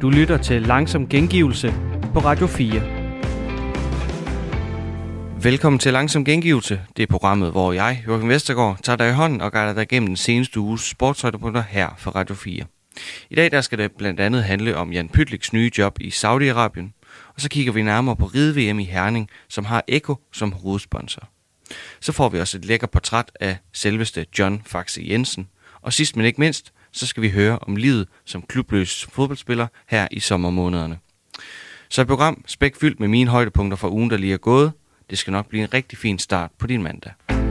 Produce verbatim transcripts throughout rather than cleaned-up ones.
Du lytter til Langsom Gengivelse på Radio fire. Velkommen til Langsom Gengivelse. Det er programmet, hvor jeg, Joachim Vestergaard, tager dig i hånden og guider dig gennem den seneste uges sportshøjdepunkter her for Radio fire. I dag der skal det blandt andet handle om Jan Pytliks nye job i Saudi-Arabien, og så kigger vi nærmere på Ride-V M i Herning, som har Eko som hovedsponsor. Så får vi også et lækker portræt af selveste John Faxe Jensen, og sidst men ikke mindst, så skal vi høre om livet som klubløs fodboldspiller her i sommermånederne. Så et program spækfyldt med mine højdepunkter fra ugen, der lige er gået. Det skal nok blive en rigtig fin start på din mandag.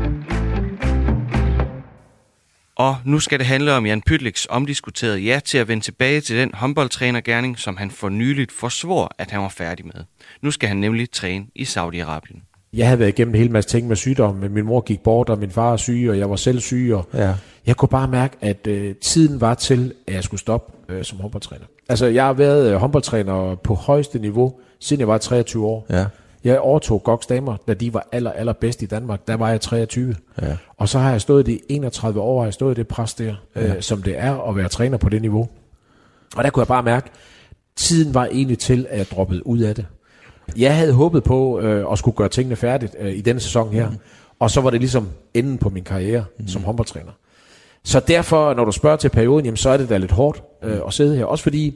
Og nu skal det handle om Jan Pytliks omdiskuterede ja til at vende tilbage til den håndboldtrænergerning, som han for nyligt forsvor, at han var færdig med. Nu skal han nemlig træne i Saudi-Arabien. Jeg havde været igennem en hel masse ting med sygdom, men min mor gik bort, og min far er syg, og jeg var selv syg, og ja. Jeg kunne bare mærke, at øh, tiden var til, at jeg skulle stoppe øh, som håndboldtræner. Altså, jeg har været øh, håndboldtræner på højeste niveau, siden jeg var treogtyve år. Ja. Jeg overtog G O G's damer, da de var aller, aller bedst i Danmark. Der var jeg treogtyve. Ja. Og så har jeg stået det enogtredive år, har jeg stået det pres der, ja. øh, som det er at være træner på det niveau. Og der kunne jeg bare mærke, at tiden var egentlig til, at jeg droppede ud af det. Jeg havde håbet på øh, at skulle gøre tingene færdigt øh, i denne sæson her, mm. og så var det ligesom enden på min karriere mm. som håndboldtræner. Så derfor, når du spørger til perioden, jamen, så er det da lidt hårdt øh, at sidde her. Også fordi,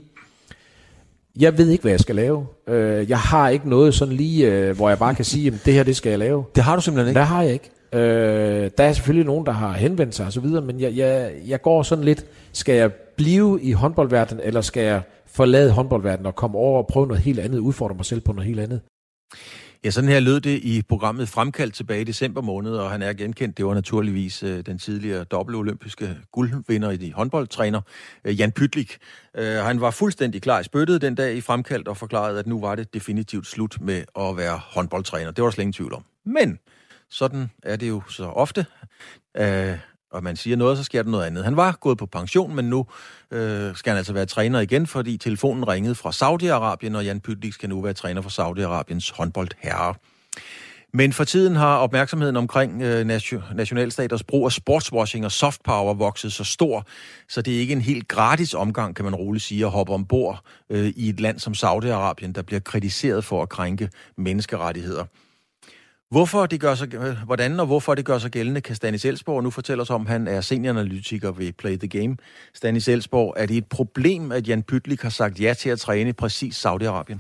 jeg ved ikke, hvad jeg skal lave. Øh, jeg har ikke noget sådan lige, øh, hvor jeg bare kan sige, jamen, det her, det skal jeg lave. Det har du simpelthen ikke? Det har jeg ikke. Øh, der er selvfølgelig nogen, der har henvendt sig og så videre, men jeg, jeg, jeg går sådan lidt, skal jeg blive i håndboldverdenen, eller skal jeg forlade håndboldverdenen og komme over og prøve noget helt andet, udfordre mig selv på noget helt andet? Ja, sådan her lød det i programmet Fremkaldt tilbage i december måned, og han er genkendt. Det var naturligvis øh, den tidligere dobbeltolympiske guldvinder i de håndboldtræner, øh, Jan Pytlik. Øh, han var fuldstændig klar i spyttet den dag i Fremkaldt og forklarede, at nu var det definitivt slut med at være håndboldtræner. Det var der slet ingen tvivl om. Men sådan er det jo så ofte. Øh, og man siger noget, så sker der noget andet. Han var gået på pension, men nu øh, skal han altså være træner igen, fordi telefonen ringede fra Saudi-Arabien, og Jan Pytlik skal nu være træner for Saudi-Arabiens håndboldherrer. Men for tiden har opmærksomheden omkring øh, nationalstaters brug af sportswashing og softpower vokset så stor, så det er ikke en helt gratis omgang, kan man roligt sige, at hoppe ombord øh, i et land som Saudi-Arabien, der bliver kritiseret for at krænke menneskerettigheder. Hvorfor det gør sig, hvordan og hvorfor det gør sig gældende, kan Stanis Elsborg nu fortælle os om. Han er senioranalytiker ved Play the Game. Stanis Elsborg, er det et problem, at Jan Pytlik har sagt ja til at træne præcis Saudi-Arabien?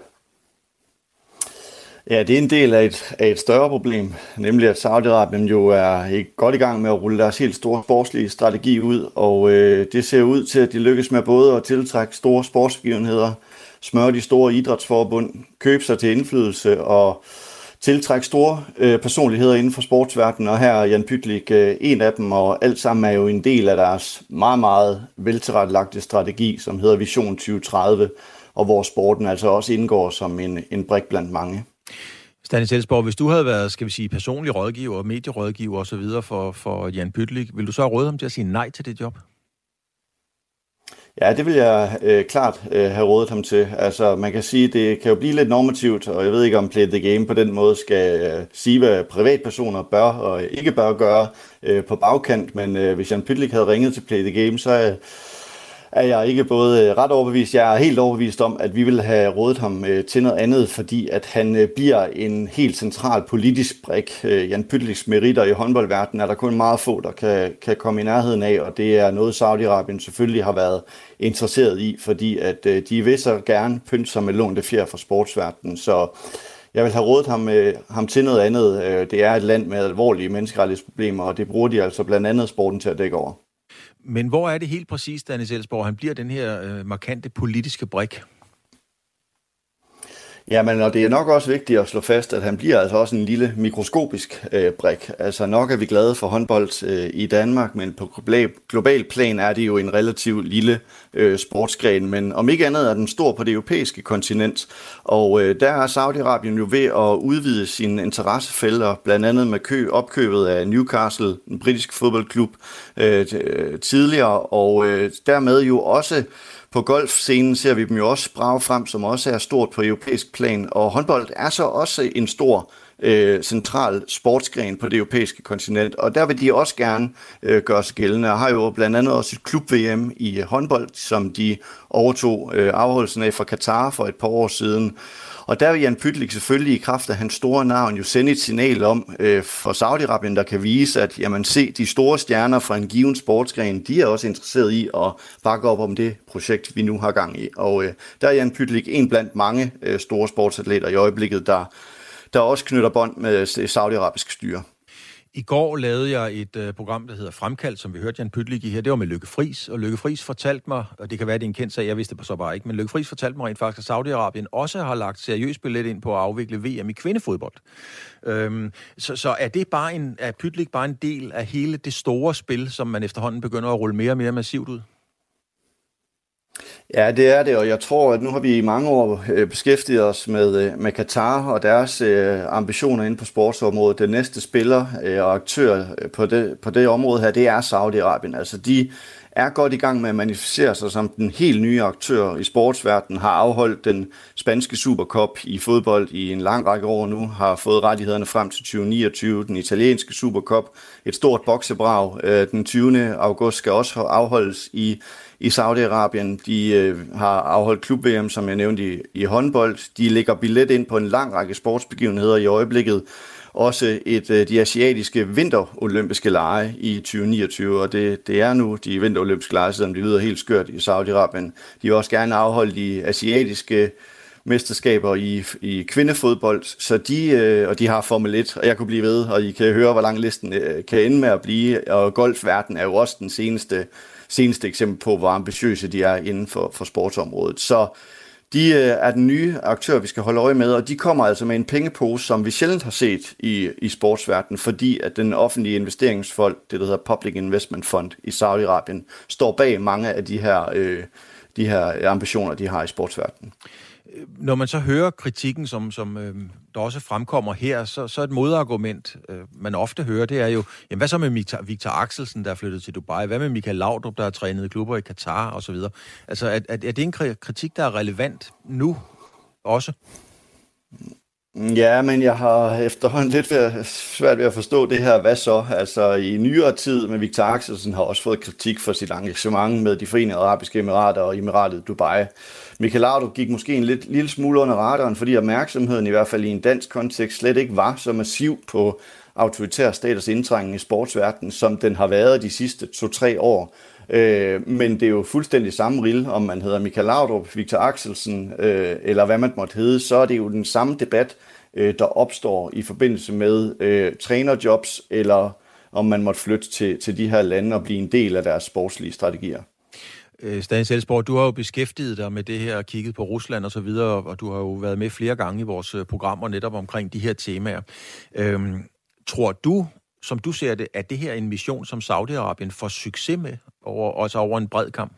Ja, det er en del af et, af et større problem, nemlig at Saudi-Arabien jo er ikke godt i gang med at rulle deres helt store sportslige strategi ud, og øh, det ser ud til, at de lykkes med både at tiltrække store sportsbegivenheder, smøre de store idrætsforbund, købe sig til indflydelse og tiltrække store øh, personligheder inden for sportsverdenen, og her er Jan Pytlik øh, en af dem, og alt sammen er jo en del af deres meget, meget veltilrettelagte strategi, som hedder Vision tyve tredive, og hvor sporten altså også indgår som en, en brik blandt mange. Stanis Elsborg, hvis du havde været, skal vi sige, personlig rådgiver, medierådgiver og så videre for, for Jan Pytlik, vil du så råde ham til at sige nej til det job? Ja, det vil jeg øh, klart øh, have rådet ham til. Altså, man kan sige, det kan jo blive lidt normativt, og jeg ved ikke, om Play the Game på den måde skal øh, sige, hvad privatpersoner bør og ikke bør gøre øh, på bagkant, men øh, hvis Jan Pytlik havde ringet til Play the Game, så øh, er jeg ikke både ret overbevist, jeg er helt overbevist om, at vi vil have rådet ham øh, til noget andet, fordi at han øh, bliver en helt central politisk brik. Øh, Jan Pytliks meritter i håndboldverdenen er der kun meget få, der kan, kan komme i nærheden af, og det er noget, Saudi-Arabien selvfølgelig har været interesseret i, fordi at øh, de vil så gerne pynte sig med lånte fjer fra sportsverdenen, så jeg vil have rådet ham, øh, ham til noget andet. Øh, det er et land med alvorlige menneskerettighedsproblemer, og det bruger de altså blandt andet sporten til at dække over. Men hvor er det helt præcis, Stanis Elsborg, han bliver den her øh, markante politiske brik? Jamen, og det er nok også vigtigt at slå fast, at han bliver altså også en lille mikroskopisk øh, brik. Altså nok er vi glade for håndbold øh, i Danmark, men på global, global plan er det jo en relativt lille øh, sportsgren. Men om ikke andet er den stor på det europæiske kontinent. Og øh, der er Saudi-Arabien jo ved at udvide sine interessefelter, blandt andet med kø, opkøbet af Newcastle, en britisk fodboldklub, øh, tidligere. Og øh, dermed jo også på golfscenen ser vi dem jo også brage frem, som også er stort på europæisk plan, og håndbold er så også en stor øh, central sportsgren på det europæiske kontinent, og der vil de også gerne øh, gøre sig gældende, og har jo blandt andet også et klub-V M i håndbold, som de overtog øh, afholdelsen af fra Katar for et par år siden. Og der vil Jan Pytlik selvfølgelig i kraft af hans store navn jo sende et signal om øh, for Saudi-Arabien, der kan vise, at jamen, se, de store stjerner fra en given sportsgren, de er også interesseret i at bakke op om det projekt, vi nu har gang i. Og øh, der er Jan Pytlik en blandt mange øh, store sportsatleter i øjeblikket, der, der også knytter bånd med det saudiarabiske styre. I går lavede jeg et uh, program, der hedder Fremkaldt, som vi hørte Jan Pytlik i her. Det var med Lykke Friis, og Lykke Friis fortalte mig, og det kan være, det er en kendt sag, jeg vidste det så bare ikke, men Lykke Friis fortalte mig rent faktisk, at Saudi-Arabien også har lagt seriøst billet ind på at afvikle V M i kvindefodbold. Øhm, så, så er det bare en, er Pytlik bare en del af hele det store spil, som man efterhånden begynder at rulle mere og mere massivt ud? Ja, det er det, og jeg tror, at nu har vi i mange år beskæftiget os med, med Katar og deres ambitioner inde på sportsområdet. Den næste spiller og aktør på det, på det område her, det er Saudi-Arabien. Altså, de er godt i gang med at manifestere sig som den helt nye aktør i sportsverdenen, har afholdt den spanske Supercup i fodbold i en lang række år nu, har fået rettighederne frem til tyve niogtyve, den italienske Supercup, et stort boksebrag. Den tyvende august skal også afholdes i I Saudi-Arabien. De øh, har afholdt klub-V M, som jeg nævnte, i, i håndbold. De lægger billet ind på en lang række sportsbegivenheder i øjeblikket. Også et, øh, de asiatiske vinterolympiske lege i tyve niogtyve, og det, det er nu de vinterolympiske lege, selvom det lyder helt skørt i Saudi-Arabien. De vil også gerne afholde de asiatiske mesterskaber i, i kvindefodbold, så de, øh, og de har Formel et, og jeg kunne blive ved, og I kan høre, hvor lang listen øh, kan ende med at blive, og golfverden er jo også den seneste seneste eksempel på, hvor ambitiøse de er inden for, for sportsområdet. Så de øh, er den nye aktør, vi skal holde øje med, og de kommer altså med en pengepose, som vi sjældent har set i, i sportsverdenen, fordi at den offentlige investeringsfond, det der hedder Public Investment Fund i Saudi-Arabien, står bag mange af de her, øh, de her ambitioner, de har i sportsverdenen. Når man så hører kritikken, som, som øh, der også fremkommer her, så, så et modargument, øh, man ofte hører, det er jo, jamen hvad så med Victor Axelsen, der er flyttet til Dubai? Hvad med Michael Laudrup, der har trænet klubber i Katar osv.? Altså, er, er det en kritik, der er relevant nu også? Ja, men jeg har efterhånden lidt ved, svært ved at forstå det her. Hvad så? Altså, i nyere tid med Victor Axelsen har også fået kritik for sit engagement med de Forenede Arabiske Emirater og Emiratet Dubai. Michael Laudrup gik måske en lidt, lille smule under radaren, fordi opmærksomheden i hvert fald i en dansk kontekst slet ikke var så massiv på autoritær staters indtrængen i sportsverdenen, som den har været de sidste to-tre år. Øh, men det er jo fuldstændig samme rille, om man hedder Michael Laudrup, Victor Axelsen, øh, eller hvad man måtte hedde, så er det jo den samme debat, øh, der opstår i forbindelse med øh, trænerjobs, eller om man måtte flytte til, til de her lande og blive en del af deres sportslige strategier. Stanis Elsborg, du har jo beskæftiget dig med det her og kigget på Rusland og så videre, og du har jo været med flere gange i vores programmer netop omkring de her temaer. Øhm, tror du, som du ser det, at det her er en mission, som Saudi-Arabien får succes med, over, også over en bred kamp?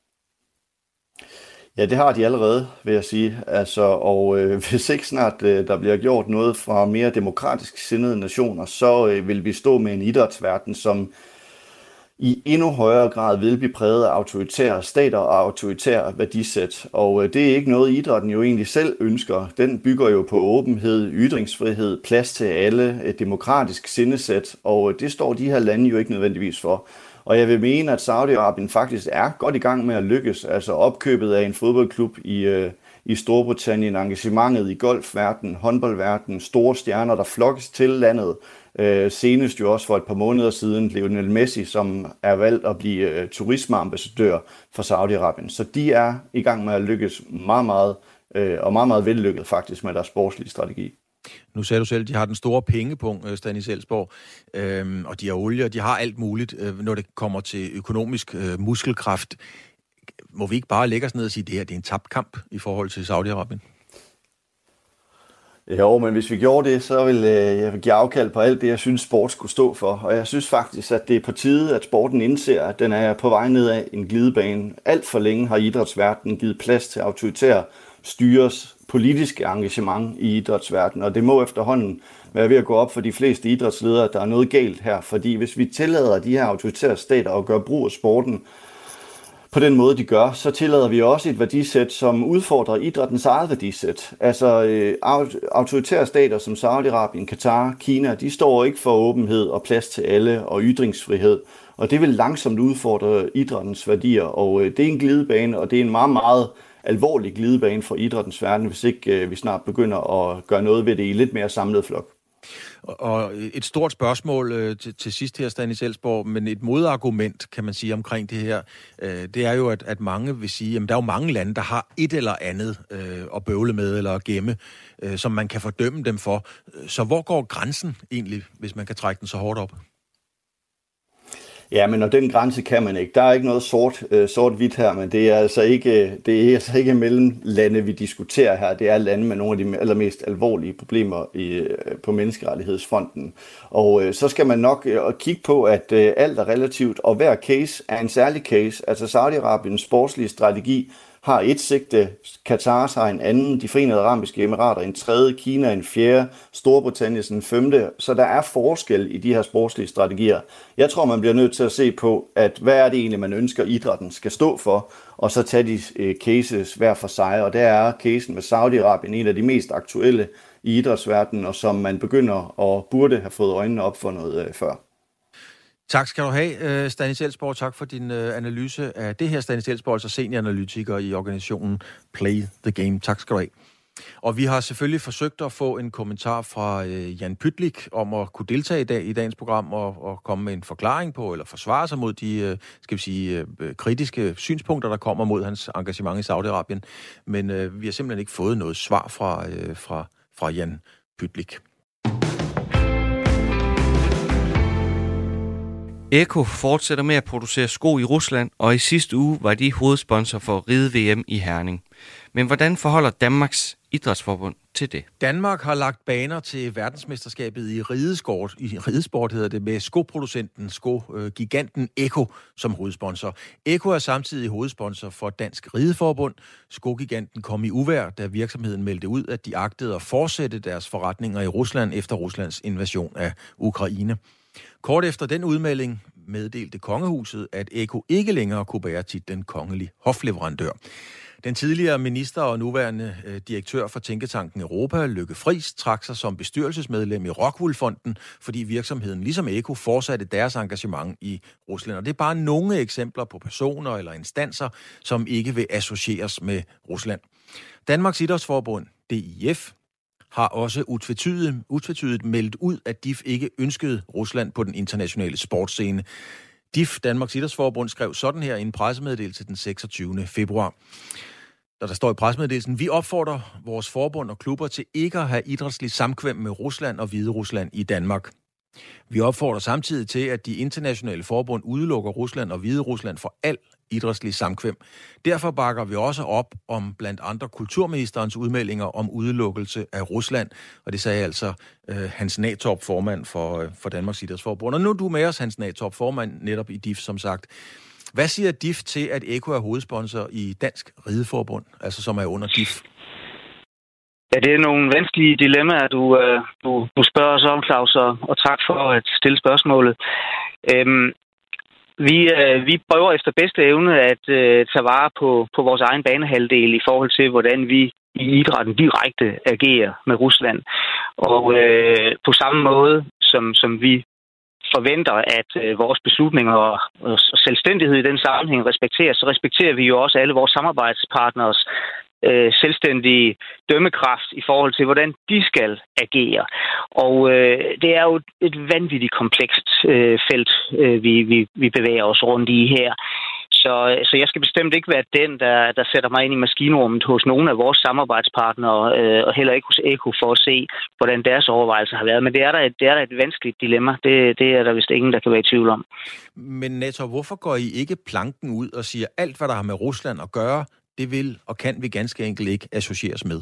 Ja, det har de allerede, vil jeg sige. Altså, og øh, hvis ikke snart øh, der bliver gjort noget fra mere demokratisk sindede nationer, så øh, vil vi stå med en idrætsverden, som i endnu højere grad vil blive præget af autoritære stater og autoritære værdisæt. Og øh, det er ikke noget, idrætten jo egentlig selv ønsker. Den bygger jo på åbenhed, ytringsfrihed, plads til alle, et demokratisk sindesæt, og øh, det står de her lande jo ikke nødvendigvis for. Og jeg vil mene, at Saudi-Arabien faktisk er godt i gang med at lykkes. Altså opkøbet af en fodboldklub i, øh, i Storbritannien, engagementet i golfverdenen, håndboldverdenen, store stjerner, der flokkes til landet. Øh, senest jo også for et par måneder siden, Lionel Messi, som er valgt at blive øh, turismeambassadør for Saudi-Arabien. Så de er i gang med at lykkes meget, meget, øh, og meget, meget vellykket faktisk med deres sportslige strategi. Nu sagde du selv, at de har den store pengepunkt, Stanis Elsborg, øhm, og de har olie, og de har alt muligt, øh, når det kommer til økonomisk øh, muskelkraft. Må vi ikke bare lægge os ned og sige, at det her det er en tabt kamp i forhold til Saudi-Arabien? Jo, men hvis vi gjorde det, så vil øh, jeg give afkald på alt det, jeg synes, sport skulle stå for. Og jeg synes faktisk, at det er på tide, at sporten indser, at den er på vej ned af en glidebane. Alt for længe har idrætsverdenen givet plads til autoritære styres politiske engagement i idrætsverdenen, og det må efterhånden være ved at gå op for de fleste idrætsledere, at der er noget galt her, fordi hvis vi tillader de her autoritære stater at gøre brug af sporten på den måde, de gør, så tillader vi også et værdisæt, som udfordrer idrættens eget værdisæt. Altså øh, autoritære stater som Saudi-Arabien, Katar, Kina, de står ikke for åbenhed og plads til alle og ytringsfrihed. Og det vil langsomt udfordre idrættens værdier, og øh, det er en glidebane, og det er en meget, meget alvorlig glidebane for idrættens verden, hvis ikke øh, vi snart begynder at gøre noget ved det i lidt mere samlet flok. Og et stort spørgsmål øh, til, til sidst her, Stanis Elsborg, men et modargument, kan man sige, omkring det her, øh, det er jo, at, at mange vil sige, at der er jo mange lande, der har et eller andet øh, at bøvle med eller at gemme, øh, som man kan fordømme dem for. Så hvor går grænsen egentlig, hvis man kan trække den så hårdt op? Ja, men og den grænse kan man ikke. Der er ikke noget sort, øh, sort-hvidt her, men det er altså ikke, det er altså ikke mellem lande, vi diskuterer her. Det er lande med nogle af de allermest alvorlige problemer i, på menneskerettighedsfronten. Og øh, så skal man nok øh, kigge på, at øh, alt er relativt, og hver case er en særlig case. Altså Saudi-Arabiens sportslige strategi har et sigte, Katar har en anden, de Forenede Arabiske Emirater en tredje, Kina en fjerde, Storbritannien en femte, så der er forskel i de her sportslige strategier. Jeg tror, man bliver nødt til at se på, at hvad er det egentlig, man ønsker, idrætten skal stå for, og så tage de eh, cases hver for sig, og der er casen med Saudi-Arabien en af de mest aktuelle i idrætsverdenen, og som man begynder og burde have fået øjnene op for noget eh, før. Tak skal du have, Stanis Elsborg. Tak for din analyse af det her. Stanis Elsborg, altså senioranalytiker i organisationen Play the Game. Tak skal du have. Og vi har selvfølgelig forsøgt at få en kommentar fra Jan Pytlik om at kunne deltage i, dag, i dagens program og, og komme med en forklaring på, eller forsvare sig mod de, skal vi sige, kritiske synspunkter, der kommer mod hans engagement i Saudi-Arabien. Men øh, vi har simpelthen ikke fået noget svar fra, øh, fra, fra Jan Pytlik. Eko fortsætter med at producere sko i Rusland, og i sidste uge var de hovedsponsor for Ride-V M i Herning. Men hvordan forholder Danmarks Idrætsforbund til det? Danmark har lagt baner til verdensmesterskabet i ridesport, i ridesport hedder det, med skoproducenten, skogiganten Eko som hovedsponsor. Eko er samtidig hovedsponsor for Dansk Rideforbund. Skogiganten kom i uvejr, da virksomheden meldte ud, at de agtede at fortsætte deres forretninger i Rusland efter Ruslands invasion af Ukraine. Kort efter den udmelding meddelte kongehuset, at Eko ikke længere kunne bære titlen kongelig hofleverandør. Den tidligere minister og nuværende øh, direktør for Tænketanken Europa, Lykke Friis, trak sig som bestyrelsesmedlem i Rockwool-fonden, fordi virksomheden ligesom Eko fortsatte deres engagement i Rusland. Og det er bare nogle eksempler på personer eller instanser, som ikke vil associeres med Rusland. Danmarks Idrætsforbund, D I F, har også utvetydigt, utvetydigt meldt ud, at D I F ikke ønskede Rusland på den internationale sportsscene. D I F, Danmarks Idrætsforbund, skrev sådan her i en pressemeddelelse den seksogtyvende februar. Der, der står i pressemeddelelsen: vi opfordrer vores forbund og klubber til ikke at have idrætsligt samkvem med Rusland og Hvide Rusland i Danmark. Vi opfordrer samtidig til, at de internationale forbund udelukker Rusland og Hvide Rusland for al idrætslig samkvem. Derfor bakker vi også op om blandt andre kulturministerens udmeldinger om udelukkelse af Rusland. Og det sagde altså øh, Hans Natorp, formand for, øh, for Danmarks Idrætsforbund. Og nu er du med os, Hans Natorp, formand netop i D I F, som sagt. Hvad siger D I F til, at Eko er hovedsponsor i Dansk Rideforbund, altså som er under D I F? Ja, det er nogle vanskelige dilemmaer, du, du, du spørger os om, Claus, og, og tak for at stille spørgsmålet. Øhm, vi, øh, vi prøver efter bedste evne at øh, tage vare på, på vores egen banehalvdel i forhold til, hvordan vi i idrætten direkte agerer med Rusland. Og øh, på samme måde, som, som vi forventer, at øh, vores beslutninger og, og selvstændighed i den sammenhæng respekteres, så respekterer vi jo også alle vores samarbejdspartners øh, selvstændige dømmekraft i forhold til, hvordan de skal agere. Og øh, det er jo et vanvittigt komplekst øh, felt, øh, vi, vi, vi bevæger os rundt i her. Så, så jeg skal bestemt ikke være den, der, der sætter mig ind i maskinrummet hos nogle af vores samarbejdspartnere, øh, og heller ikke hos Eko, for at se, hvordan deres overvejelser har været. Men det er der et, det er der et vanskeligt dilemma. Det, det er der vist ingen, der kan være i tvivl om. Men Nator, hvorfor går I ikke planken ud og siger, alt hvad der har med Rusland at gøre, det vil og kan vi ganske enkelt ikke associeres med?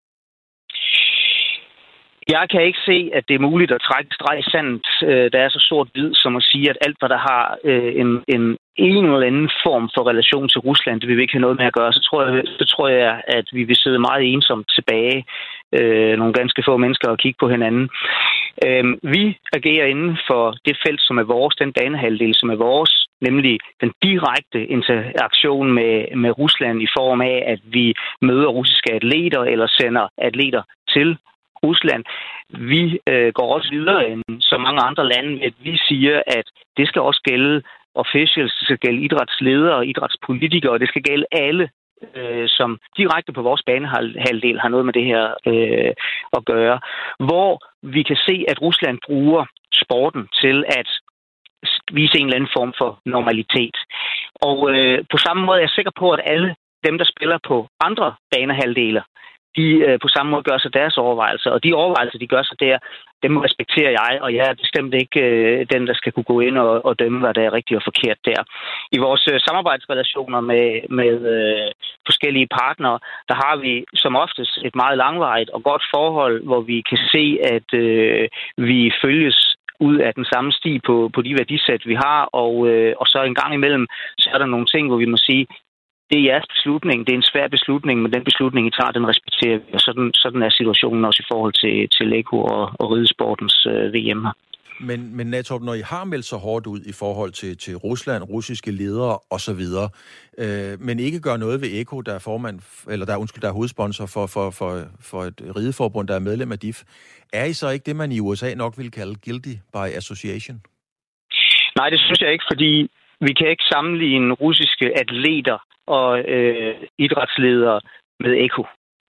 Jeg kan ikke se, at det er muligt at trække streg i sandet, der er så sort-hvid, som at sige, at alt, hvad der har en, en, en eller anden form for relation til Rusland, det vil vi ikke have noget med at gøre. Så tror jeg, så tror jeg at vi vil sidde meget ensomt tilbage, øh, nogle ganske få mennesker, og kigge på hinanden. Øhm, vi agerer inden for det felt, som er vores, den banehalvdel, som er vores, nemlig den direkte interaktion med, med Rusland i form af, at vi møder russiske atleter eller sender atleter til Rusland. Vi øh, går også videre end så mange andre lande, at vi siger, at det skal også gælde officials, det skal gælde idrætsledere og idrætspolitikere, og det skal gælde alle, øh, som direkte på vores banehalvdel har noget med det her øh, at gøre. Hvor vi kan se, at Rusland bruger sporten til at vise en eller anden form for normalitet. Og øh, på samme måde er jeg sikker på, at alle dem, der spiller på andre banehalvdeler, de øh, på samme måde gør sig deres overvejelser. Og de overvejelser, de gør sig der, dem respekterer jeg, og jeg er bestemt ikke øh, den, der skal kunne gå ind og, og dømme, hvad der er rigtigt og forkert der. I vores øh, samarbejdsrelationer med, med øh, forskellige partnere, der har vi som oftest et meget langvarigt og godt forhold, hvor vi kan se, at øh, vi følges ud af den samme sti på, på de værdisæt, vi har, og, øh, og så en gang imellem, så er der nogle ting, hvor vi må sige, det er jeres beslutning, det er en svær beslutning, men den beslutning, I tager, den respekterer vi, og sådan, sådan er situationen også i forhold til, til Eko og, og ridesportens øh, V M her. Men, men Natorp, når I har meldt så hårdt ud i forhold til, til Rusland, russiske ledere osv., øh, men ikke gør noget ved Eko, der er formand, eller der er, undskyld, der er hovedsponsor for, for, for, for et rideforbund, der er medlem af D I F, er I så ikke det, man i U S A nok vil kalde guilty by association? Nej, det synes jeg ikke, fordi vi kan ikke sammenligne russiske atleter og øh, idrætsledere med Eko.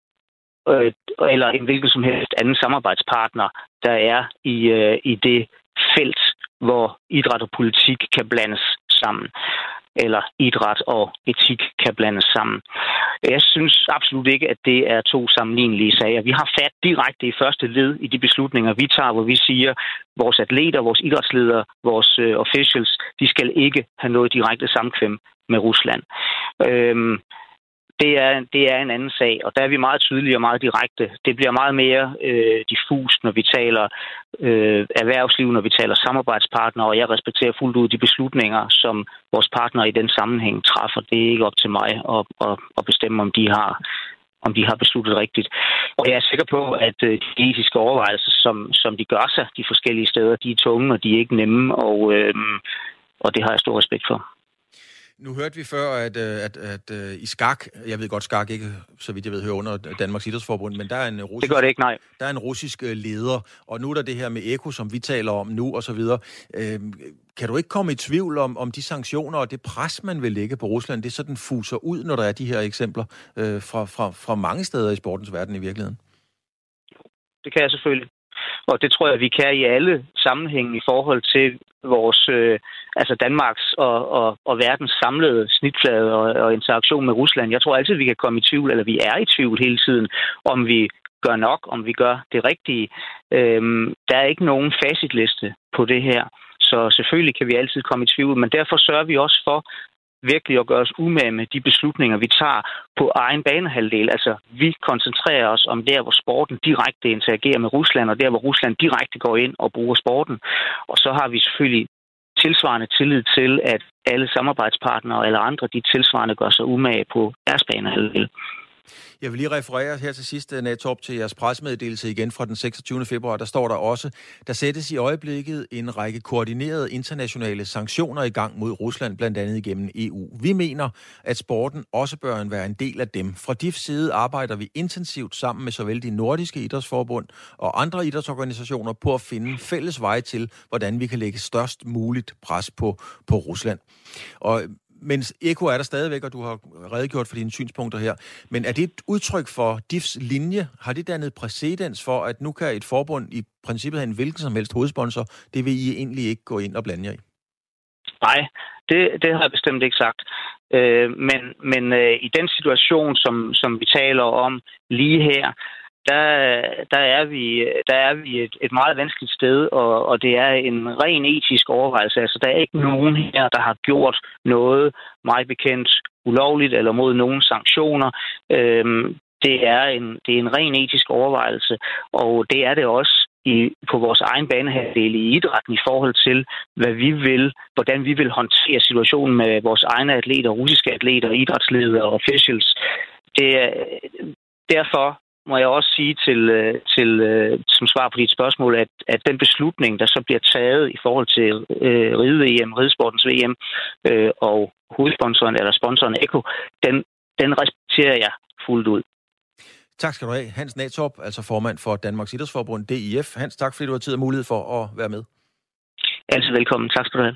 Øh, eller en hvilken som helst anden samarbejdspartner, der er i, øh, i det felt, hvor idræt og politik kan blandes sammen. Eller idræt og etik kan blandes sammen. Jeg synes absolut ikke, at det er to sammenlignelige sager. Vi har fat direkte i første led i de beslutninger, vi tager, hvor vi siger, at vores atleter, vores idrætsledere, vores øh, officials, de skal ikke have noget direkte samkvem med Rusland. Øhm, Det er, det er en anden sag, og der er vi meget tydelige og meget direkte. Det bliver meget mere øh, diffust, når vi taler øh, erhvervsliv, når vi taler samarbejdspartnere, og jeg respekterer fuldt ud de beslutninger, som vores partnere i den sammenhæng træffer. Det er ikke op til mig at, at, at bestemme, om de har om de har besluttet rigtigt. Og jeg er sikker på, at øh, de etiske overvejelser, som, som de gør sig de forskellige steder, de er tunge, og de er ikke nemme, og, øh, og det har jeg stor respekt for. Nu hørte vi før, at, at, at, at i skak, jeg ved godt, skak ikke, så vidt jeg ved, hører under Danmarks Idrætsforbund, men der er en russisk, det gør det ikke, nej. Der er en russisk leder, og nu er der det her med Eko, som vi taler om nu, og så videre. Øhm, kan du ikke komme i tvivl om, om de sanktioner og det pres, man vil lægge på Rusland, det sådan fuser ud, når der er de her eksempler øh, fra, fra, fra mange steder i sportens verden i virkeligheden? Det kan jeg selvfølgelig. Og det tror jeg, vi kan i alle sammenhænge i forhold til vores, øh, altså Danmarks og, og, og verdens samlede snitflade og, og interaktion med Rusland. Jeg tror altid, vi kan komme i tvivl, eller vi er i tvivl hele tiden, om vi gør nok, om vi gør det rigtige. Øhm, der er ikke nogen facitliste på det her, så selvfølgelig kan vi altid komme i tvivl, men derfor sørger vi også for virkelig at gøre os umage med de beslutninger, vi tager på egen banehalvdel. Altså, vi koncentrerer os om der, hvor sporten direkte interagerer med Rusland, og der, hvor Rusland direkte går ind og bruger sporten. Og så har vi selvfølgelig tilsvarende tillid til, at alle samarbejdspartnere eller andre, de tilsvarende gør sig umage på deres banehalvdel. Jeg vil lige referere her til sidst, Natorp, til jeres pressemeddelelse igen fra den seksogtyvende februar. Der står der også, der sættes i øjeblikket en række koordinerede internationale sanktioner i gang mod Rusland, blandt andet igennem E U. Vi mener, at sporten også bør være en del af dem. Fra D I F's side arbejder vi intensivt sammen med såvel de nordiske idrætsforbund og andre idrætsorganisationer på at finde fælles veje til, hvordan vi kan lægge størst muligt pres på, på Rusland. Og mens Eko er der stadigvæk, og du har redegjort for dine synspunkter her. Men er det et udtryk for D I F's linje? Har det dannet præcedens for, at nu kan et forbund i princippet have en hvilken som helst hovedsponsor? Det vil I egentlig ikke gå ind og blande jer i? Nej, det, det har jeg bestemt ikke sagt. Øh, men men øh, i den situation, som, som vi taler om lige her, Der, der er vi, der er vi et, et meget vanskeligt sted, og, og det er en ren etisk overvejelse. Altså, der er ikke nogen her, der har gjort noget meget bekendt ulovligt eller mod nogen sanktioner. Øhm, det, er en, det er en ren etisk overvejelse, og det er det også i, på vores egen banehalvdel i idrætten i forhold til, hvad vi vil, hvordan vi vil håndtere situationen med vores egne atleter, russiske atleter, idrætsledere og officials. Det er derfor må jeg også sige til, til som svar på dit spørgsmål, at, at den beslutning, der så bliver taget i forhold til øh, Ride-V M, Ridesportens V M øh, og hovedsponsoren eller sponsoren Eko, den, den respekterer jeg fuldt ud. Tak skal du have. Hans Natorp, altså formand for Danmarks Idrætsforbund, D I F. Hans, tak fordi du har tid og mulighed for at være med. Altid velkommen. Tak skal du have.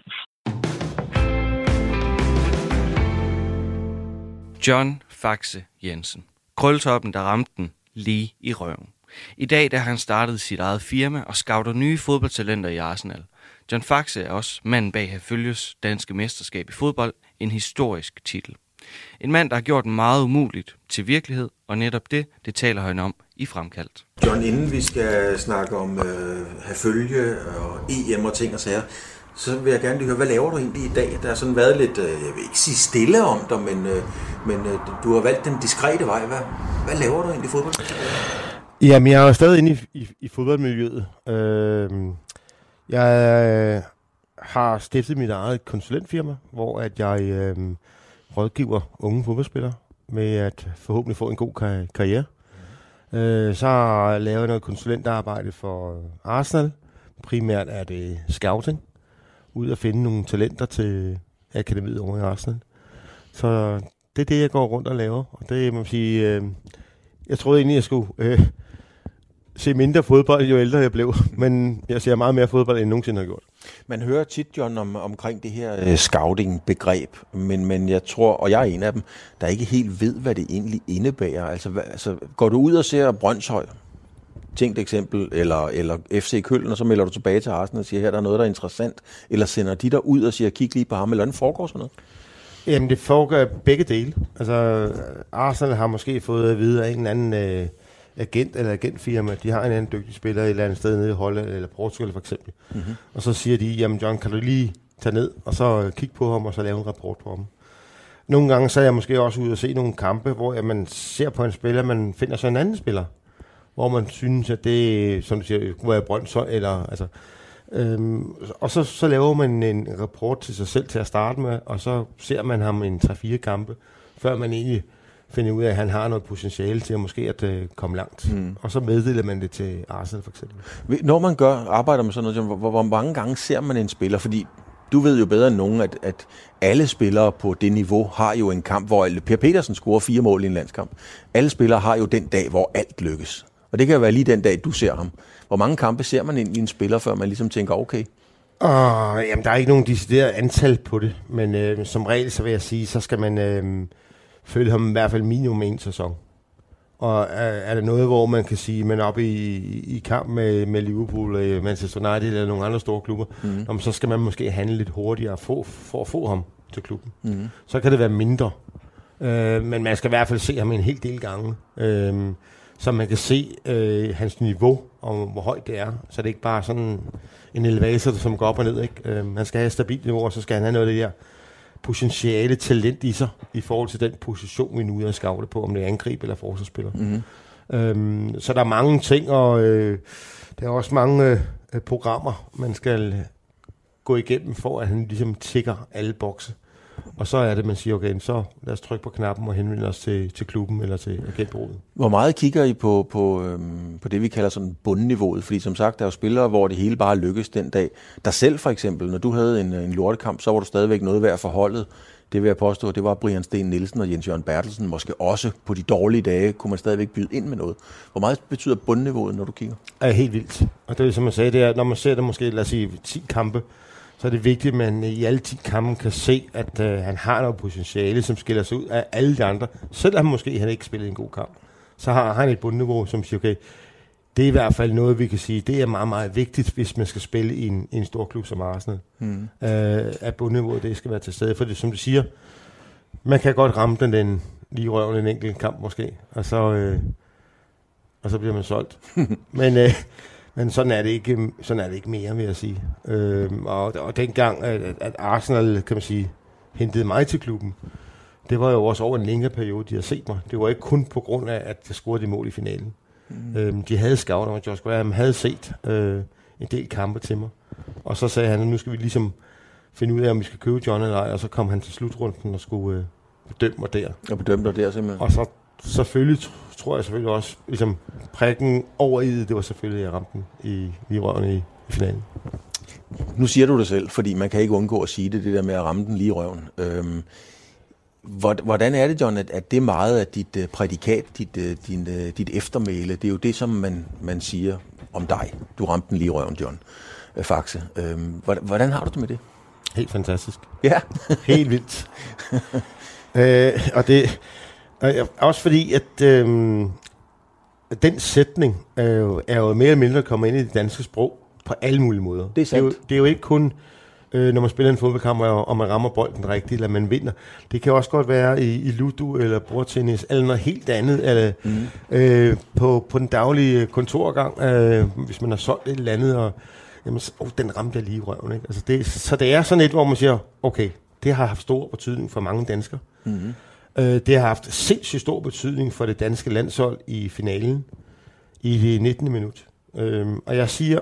John Faxe Jensen. Krøltoppen, der ramte den lige i røven. I dag der har han startet sit eget firma og scouter nye fodboldtalenter i Arsenal. John Faxe er også manden bag Herfølges danske mesterskab i fodbold, en historisk titel. En mand, der har gjort meget umuligt til virkelighed, og netop det, det taler han om i Fremkaldt. John, inden vi skal snakke om øh, Herfølge og E M og ting og sager, så vil jeg gerne lige høre, hvad laver du egentlig i dag? Der har sådan været lidt, øh, jeg vil ikke sige stille om dig, men, øh, men øh, du har valgt den diskrete vej. Hvad, hvad laver du egentlig i fodbold? Jamen, jeg er jo stadig inde i, i, i fodboldmiljøet. Øh, jeg har stiftet mit eget konsulentfirma, hvor at jeg øh, rådgiver unge fodboldspillere med at forhåbentlig få en god kar- karriere. Mm. Øh, så har jeg lavet noget konsulentarbejde for Arsenal. Primært er det scouting. Ud at finde nogle talenter til akademiet over i Arsenal. Så det er det, jeg går rundt og laver. Og det må man sige, øh, jeg troede egentlig, jeg skulle øh, se mindre fodbold, jo ældre jeg blev. Men jeg ser meget mere fodbold, end nogensinde har gjort. Man hører tit, John, om, omkring det her øh, scouting-begreb, men, men jeg tror, og jeg er en af dem, der ikke helt ved, hvad det egentlig indebærer. Altså, hvad, altså går du ud og ser Brøndshøj, tænkt eksempel, eller, eller F C Køln, og så melder du tilbage til Arsenal og siger, her der er noget, der er interessant, eller sender de der ud og siger, kig lige på ham, eller hvordan foregår sådan noget? Jamen, det foregår begge dele. Altså, Arsenal har måske fået at vide af en eller anden øh, agent eller agentfirma, de har en anden dygtig spiller et eller andet sted nede i Holland eller Portugal for eksempel. Mm-hmm. Og så siger de, jamen John, kan du lige tage ned, og så kigge på ham, og så lave en rapport på ham. Nogle gange så er jeg måske også ude og se nogle kampe, hvor ja, man ser på en spiller, man finder så en anden spiller, hvor man synes, at det, som du siger, kunne være Brøndshøj, eller altså... Øhm, og så, så laver man en rapport til sig selv til at starte med, og så ser man ham en tre fire kampe, før man egentlig finder ud af, at han har noget potentiale til at måske at uh, komme langt. Mm. Og så meddeler man det til Arsenal for eksempel. Når man gør, arbejder med sådan noget, hvor, hvor mange gange ser man en spiller? Fordi du ved jo bedre end nogen, at, at alle spillere på det niveau har jo en kamp, hvor Per Petersen scorer fire mål i en landskamp. Alle spillere har jo den dag, hvor alt lykkes. Og det kan jo være lige den dag, du ser ham. Hvor mange kampe ser man egentlig en spiller, før man ligesom tænker, okay? Oh, jamen, der er ikke nogen decideret antal på det, men øh, som regel, så vil jeg sige, så skal man øh, følge ham i hvert fald minimum en sæson. Og er, er der noget, hvor man kan sige, at man er oppe i, i kamp med, med Liverpool, øh, Manchester United eller nogle andre store klubber, mm. om, så skal man måske handle lidt hurtigere for, for at få ham til klubben. Mm. Så kan det være mindre. Øh, men man skal i hvert fald se ham en hel del gange. Øh, så man kan se øh, hans niveau, og hvor højt det er. Så det er ikke bare sådan en elevator, som går op og ned. Ikke? Øh, man skal have et stabilt niveau, og så skal han have noget af det der potentiale talent i sig, i forhold til den position, vi nu er at scoute på, om det er angreb eller forsvarsspiller. Mm-hmm. Øhm, så der er mange ting, og øh, der er også mange øh, programmer, man skal gå igennem, for at han ligesom tikker alle bokse. Og så er det, man siger, okay, så lad os trykke på knappen og henvende os til, til klubben eller til agentbureauet. Hvor meget kigger I på, på, øhm, på det, vi kalder sådan bundniveauet? Fordi som sagt, der er jo spillere, hvor det hele bare lykkes den dag. Der selv for eksempel, når du havde en, en lortekamp, så var du stadigvæk noget værd for holdet. Det vil jeg påstå, det var Brian Steen Nielsen og Jens Jørgen Bertelsen. Måske også på de dårlige dage kunne man stadigvæk byde ind med noget. Hvor meget betyder bundniveauet, når du kigger? Det er helt vildt. Og det er, som jeg sagde, det er, når man ser det måske, lad os sige, ti kampe, så er det vigtigt, at man i alle ti kampe kan se, at øh, han har noget potentiale, som skiller sig ud af alle de andre. Selvom måske han ikke spillet en god kamp, så har han et bundniveau, som siger, okay, det er i hvert fald noget, vi kan sige, det er meget, meget vigtigt, hvis man skal spille i en, i en stor klub som Arsenal. Mm. Øh, at bundniveauet, det skal være til stede. For det, som du siger, man kan godt ramme den, den lige røven en enkelt kamp måske, og så, øh, og så bliver man solgt. Men... Øh, Men sådan er det ikke, sådan er det ikke mere, vil jeg sige. Øhm, og, og dengang, at, at Arsenal, kan man sige, hentede mig til klubben, det var jo også over en længere periode, de har set mig. Det var ikke kun på grund af, at jeg scorede de mål i finalen. Mm. Øhm, de havde scouter, og Josh Graham havde set øh, en del kampe til mig. Og så sagde han, at nu skal vi ligesom finde ud af, om vi skal købe John eller ej. Og så kom han til slutrunden og skulle øh, bedømme mig der. Og bedømme dig der simpelthen. Og så selvfølgelig tror jeg selvfølgelig også, ligesom prikken over i det, det var selvfølgelig, at jeg ramte den i, i røven i, i finalen. Nu siger du det selv, fordi man kan ikke undgå at sige det, det der med at ramme den lige i røven. Øhm, hvordan er det, John, at, at det er meget af dit uh, prædikat, dit, uh, din, uh, dit eftermæle, det er jo det, som man, man siger om dig. Du ramte den lige i røven, John uh, Faxe. Øhm, hvordan, hvordan har du det med det? Helt fantastisk. Ja. Helt vildt. øh, og det øh, også fordi, at øh, den sætning er jo, er jo mere eller mindre kommet ind i det danske sprog på alle mulige måder. Det er sandt. Det er jo, det er jo ikke kun, øh, når man spiller en fodboldkamp, og, og man rammer bolden rigtigt, eller man vinder. Det kan også godt være i, i ludo, eller bordtennis, eller noget helt andet, eller mm. øh, på, på den daglige kontorgang, øh, hvis man har solgt et eller andet, og jamen, oh, den ramte jeg lige i røven. Ikke? Altså det, så det er sådan et, hvor man siger, okay, det har haft stor betydning for mange danskere. Mm-hmm. Øh, det har haft sindssygt stor betydning for det danske landshold i finalen i det nittende minut. Øh, og jeg siger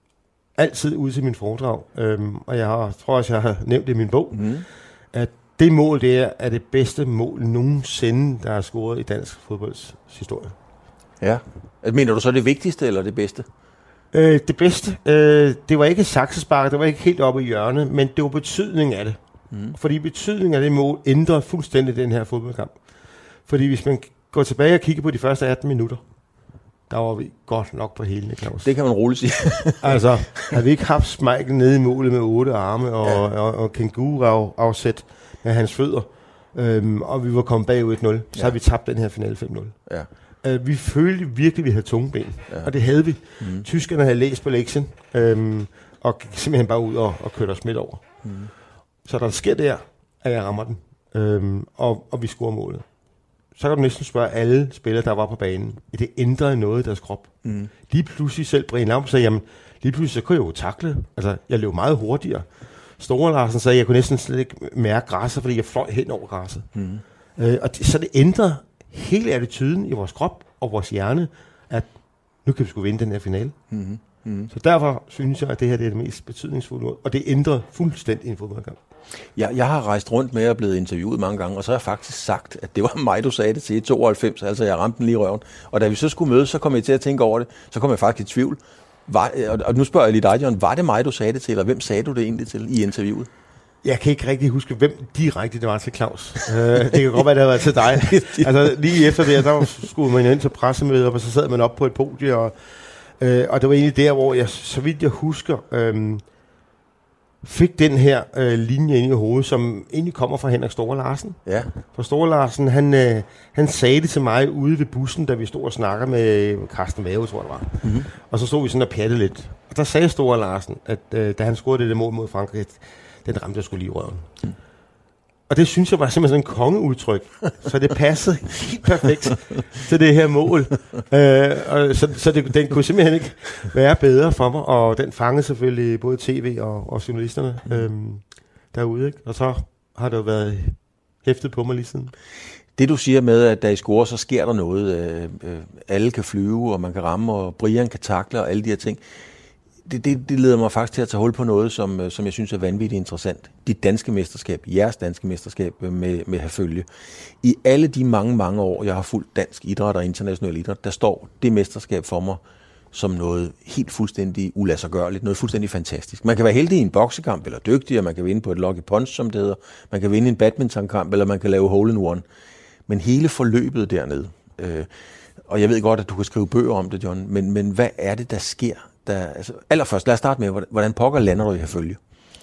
altid ud til min foredrag, øh, og jeg har, tror også, jeg har nævnt det i min bog, mm-hmm. at det mål, det er, er det bedste mål nogensinde, der er scoret i dansk fodbolds historie. Ja. Mener du så det vigtigste, eller det bedste? Øh, det bedste, øh, det var ikke saksespark, det var ikke helt oppe i hjørnet, men det var betydningen af det. Mm. Fordi betydningen af det mål ændrer fuldstændig den her fodboldkamp. Fordi hvis man går tilbage og kigger på de første atten minutter, der var vi godt nok på hele, Claus. Det kan man roligt sige. Altså, havde vi ikke haft Schmeichel nede i målet med otte arme og, ja. og, og, og kænguru afsæt med hans fødder, øhm, og vi var kommet bagud et nul, så ja. havde vi tabt den her finale fem nul. Ja. Uh, vi følte virkelig, at vi havde tunge ben, ja. og det havde vi. Mm. Tyskerne havde læst på lektien, øhm, og gik simpelthen bare ud og, og kørte os midt over. Mm. Så der sker der, at jeg rammer den, øhm, og, og vi scorer målet. Så kan du næsten spørge alle spillere, der var på banen, at det ændrede noget i deres krop. Mm. Lige pludselig selv Brian Laum sagde, jamen lige pludselig så kunne jeg jo takle. Altså, jeg løb meget hurtigere. Store Larsen sagde, at jeg kunne næsten slet ikke mærke græsset, fordi jeg fløj hen over græsset. Mm. Øh, og det, så det ændrer hele attituden i vores krop og vores hjerne, at nu kan vi sgu vinde den her finale. Mm. Mm. Så derfor synes jeg, at det her det er det mest betydningsfulde, og det ændrer fuldstændig en fodboldkamp. Jeg, jeg har rejst rundt med og blevet interviewet mange gange, og så har jeg faktisk sagt, at det var mig, du sagde det til i tooghalvfems, altså jeg ramte den lige i røven. Og da vi så skulle mødes, så kom jeg til at tænke over det, så kom jeg faktisk i tvivl. Var, og nu spørger jeg lige dig, John, var det mig, du sagde det til, eller hvem sagde du det egentlig til i interviewet? Jeg kan ikke rigtig huske, hvem direkte det var til Claus. uh, det kan godt være, det har været til dig. Altså lige efter det, der skulle man ind til pressemøder, og så sad man op på et podie, og, uh, og det var egentlig der, hvor jeg, så vidt jeg husker, um, fik den her uh, linje ind i hovedet, som egentlig kommer fra Henrik Store Larsen. Ja. For Store Larsen, han, uh, han sagde det til mig ude ved bussen, da vi stod og snakkede med Carsten Mave, tror jeg det var. Mm-hmm. Og så stod vi sådan og pattede lidt. Og der sagde Store Larsen, at uh, da han scorede det der mål mod Frankrig, at den ramte jeg sgu lige i røven. Mm. Og det synes jeg var simpelthen sådan en kongeudtryk. Så det passede helt perfekt til det her mål. Øh, og så så det, den kunne simpelthen ikke være bedre for mig. Og den fangede selvfølgelig både tv og, og journalisterne øh, derude. Ikke? Og så har det jo været hæftet på mig lige siden. Det du siger med, at da I scorer, så sker der noget. Øh, øh, alle kan flyve, og man kan ramme, og Brian kan takle, og alle de her ting. Det, det, det leder mig faktisk til at tage hul på noget, som, som jeg synes er vanvittigt interessant. Dit danske mesterskab, jeres danske mesterskab med, med Herfølge. I alle de mange, mange år, jeg har fulgt dansk idræt og international idræt, der står det mesterskab for mig som noget helt fuldstændig uladsiggørligt, noget fuldstændig fantastisk. Man kan være heldig i en boksekamp, eller dygtig, og man kan vinde på et lucky punch, som det hedder. Man kan vinde en badmintonkamp, eller man kan lave hole in one. Men hele forløbet dernede, øh, og jeg ved godt, at du kan skrive bøger om det, John, men, men hvad er det, der sker? Der, altså, allerførst, lad os starte med, hvordan pokker lander du i Herfølge?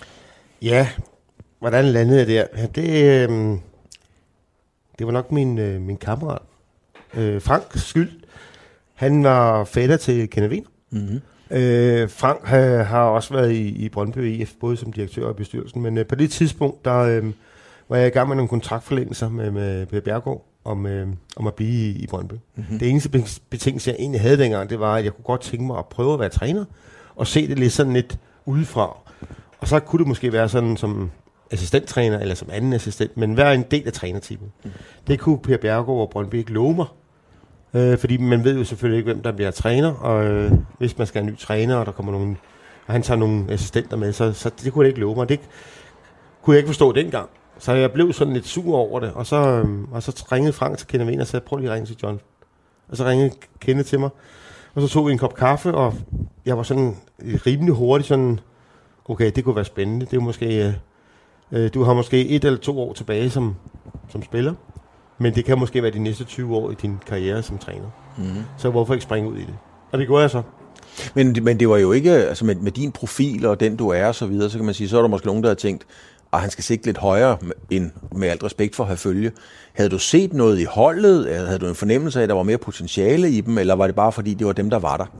Ja, hvordan landede jeg der? Ja, det, øh, det var nok min, øh, min kammerat. Øh, Frank Skyld. Han var fætter til Kenneth Wiener. Mm-hmm. Øh, Frank har, har også været i, i Brøndby I F, både som direktør og bestyrelsen, men øh, på det tidspunkt, der øh, var jeg i gang med nogle kontraktforlængelser med, med Per Bjerregaard om, øh, om at blive i, i Brøndby. Mm-hmm. Det eneste betingelse, jeg egentlig havde dengang, det var, at jeg kunne godt tænke mig at prøve at være træner, og se det lidt sådan lidt udefra. Og så kunne det måske være sådan som assistenttræner, eller som anden assistent, men være en del af trænerteamet. Mm. Det kunne Per Bjerregaard og Brøndby ikke love mig, øh, fordi man ved jo selvfølgelig ikke, hvem der bliver træner, og øh, hvis man skal have en ny træner, og der kommer nogen, og han tager nogle assistenter med, så, så det kunne det ikke love mig. Det kunne jeg ikke forstå dengang. Så jeg blev sådan lidt sur over det, og så, øhm, og så ringede Frank til Kenneth Wiener og sagde, prøv lige at ringe til John. Og så ringede Kenneth til mig, og så tog vi en kop kaffe, og jeg var sådan rimelig hurtigt sådan, okay, det kunne være spændende. Det er måske, øh, du har måske et eller to år tilbage som, som spiller, men det kan måske være de næste tyve år i din karriere som træner. Mm-hmm. Så hvorfor ikke springe ud i det? Og det gjorde jeg så. Men, men det var jo ikke, altså med, med din profil og den du er og så videre, så kan man sige, så er der måske nogen, der har tænkt, at han skal sigte lidt højere, end med alt respekt for at have følge. Havde du set noget i holdet? Havde du en fornemmelse af, at der var mere potentiale i dem, eller var det bare fordi, det var dem, der var der?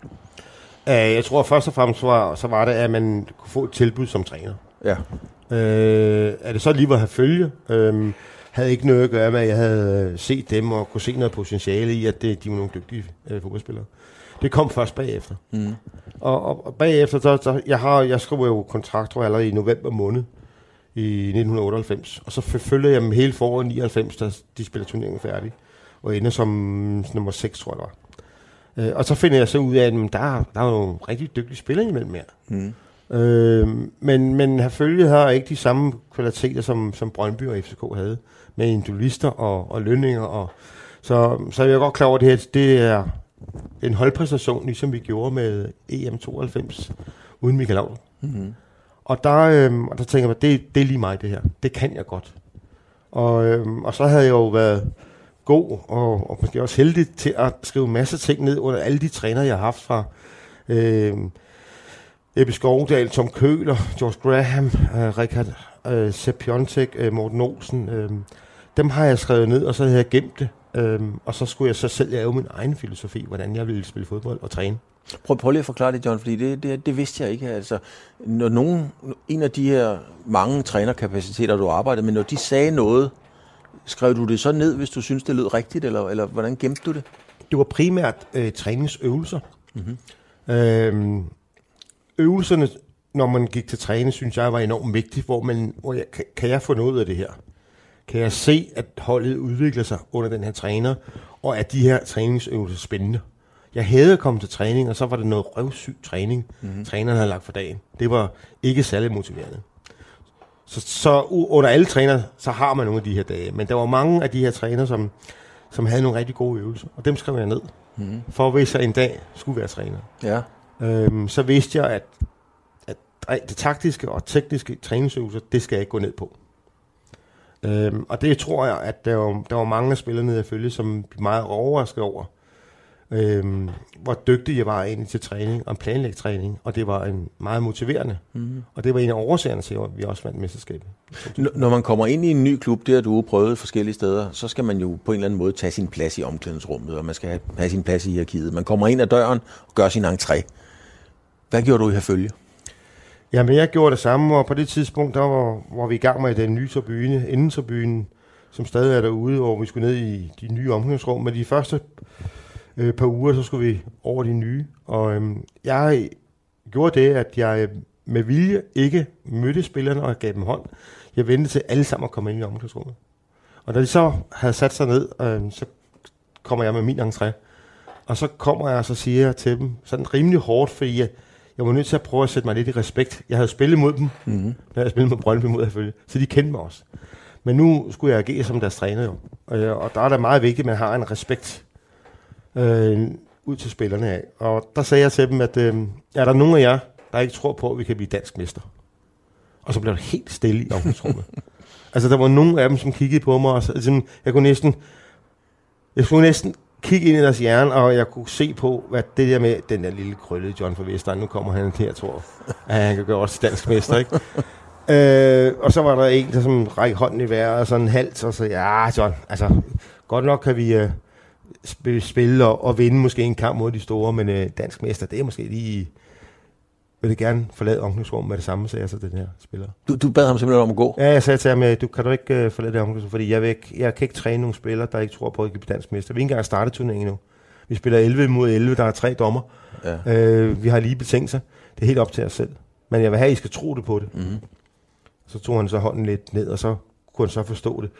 Jeg tror først og fremmest, var, så var det, at man kunne få et tilbud som træner. Ja. Øh, er det så lige at have følge? Øh, havde ikke noget at gøre med, at jeg havde set dem og kunne se noget potentiale i, at det, de var nogle dygtige øh, fodboldspillere. Det kom først bagefter. Mm. Og, og, og bagefter, så, så jeg, har, jeg skrev jo kontrakt, tror jeg, allerede i november måned i nitten otteoghalvfems. Og så følger jeg dem hele foråret nioghalvfems, da de spiller turneringen færdig. Og ender som nummer seks, tror jeg det var. Øh, og så finder jeg så ud af, at der, der er nogle rigtig dygtige spillere imellem mere. Mm. Øh, men, men Herfølge har ikke de samme kvaliteter, som, som Brøndby og F C K havde. Med individualister og, og lønninger. Og, så, så er jeg godt klar over, at det her det er en holdpræstation, ligesom vi gjorde med E M tooghalvfems, uden Michael Laudrup. Mm-hmm. Og der, øhm, og der tænker jeg, det, det er lige mig det her. Det kan jeg godt. Og, øhm, og så havde jeg jo været god og, og måske også heldig til at skrive masser af ting ned under alle de trænere, jeg har haft fra øhm, Ebbe Skovdal, Tom Køhler, George Graham, øh, Richard øh, Sepp Piontek, øh, Morten Olsen. Øh, dem har jeg skrevet ned, og så havde jeg gemt det. Øh, og så skulle jeg så selv lave min egen filosofi, hvordan jeg ville spille fodbold og træne. Prøv, prøv lige at forklare det, John, fordi det, det, det vidste jeg ikke. Altså, når nogen, en af de her mange trænerkapaciteter, du arbejdede med, når de sagde noget, skrev du det så ned, hvis du synes det lød rigtigt, eller, eller hvordan gemte du det? Det var primært øh, træningsøvelser. Mm-hmm. Øh, øvelserne, når man gik til træning, synes jeg var enormt vigtigt, hvor, man, hvor jeg, kan, kan jeg få noget af det her? Kan jeg se, at holdet udvikler sig under den her træner, og at de her træningsøvelser spændende? Jeg havde kommet til træning, og så var det noget røvsyg træning, mm-hmm. træneren havde lagt for dagen. Det var ikke særlig motiverende. Så, så under alle trænere, så har man nogle af de her dage. Men der var mange af de her trænere, som, som havde nogle rigtig gode øvelser, og dem skrev jeg ned. Mm-hmm. For hvis jeg en dag skulle være træner. Ja. Øhm, så vidste jeg, at, at det taktiske og tekniske træningsøvelser, det skal jeg ikke gå ned på. Øhm, og det tror jeg, at der var, der var mange af spillerne, jeg følte, som blev meget overrasket over, øhm, hvor dygtig jeg var egentlig til træning og planlægtræning, og det var en meget motiverende. Mm-hmm. Og det var en af årsagerne til, at vi også vandt mesterskabet. N- når man kommer ind i en ny klub, det har du prøvet forskellige steder, så skal man jo på en eller anden måde tage sin plads i omklædningsrummet, og man skal have, have sin plads i hierarkiet. Man kommer ind ad døren og gør sin entré. Hvad gjorde du i Herfølge? Jamen, jeg gjorde det samme, og på det tidspunkt, der var, var vi i gang med den nye tribune, indentribunen, som stadig er derude, hvor vi skulle ned i de nye omklædningsrum. Men de første øh, par uger, så skulle vi over de nye. Og øhm, jeg gjorde det, at jeg med vilje ikke mødte spillerne og gav dem hånd. Jeg ventede til alle sammen at komme ind i omklædningsrummet. Og da de så havde sat sig ned, øh, så kommer jeg med min entré. Og så kommer jeg og så siger jeg til dem, sådan rimelig hårdt, fordi jeg, jeg var nødt til at prøve at sætte mig lidt i respekt. Jeg havde spillet mod dem, mm-hmm. når jeg havde spillet med Brøndby mod Herfølge, så de kendte mig også. Men nu skulle jeg agere som deres træner jo. Og, og der er det meget vigtigt, at man har en respekt øh, ud til spillerne af. Og der sagde jeg til dem, at øh, er der nogen af jer, der ikke tror på, at vi kan blive dansk mester? Og så blev det helt stille i omklædningsrummet. Altså der var nogen af dem, som kiggede på mig, og så, altså, jeg kunne næsten, jeg skulle næsten kigge ind i deres hjerne, og jeg kunne se på, hvad det der med den der lille krølle John fra Vestegn, nu kommer han her, tror at han kan gøre os til dansk mester, ikke? øh, og så var der en, der som række hånden i vejret, og sådan en hals, og så, ja, John, altså, godt nok kan vi uh, spille og, og vinde måske en kamp mod de store, men uh, dansk mester, det er måske lige, vil det gerne forlade omklædningsrummet med det samme, sagde jeg så den her spiller. Du, du bad ham simpelthen om at gå? Ja, jeg sagde til ham, du, kan du ikke uh, forlade det omklædningsrum, fordi jeg, vil ikke, jeg kan ikke træne nogle spillere, der ikke tror på, at de kan blive dansk mester. Vi er ikke engang startet turneringen nu. Vi spiller elleve mod elleve, der er tre dommer. Ja. Uh, vi har lige betingelser. Det er helt op til os selv. Men jeg vil have, at I skal tro det på det. Mm-hmm. Så tog han så hånden lidt ned, og så kunne han så forstå det.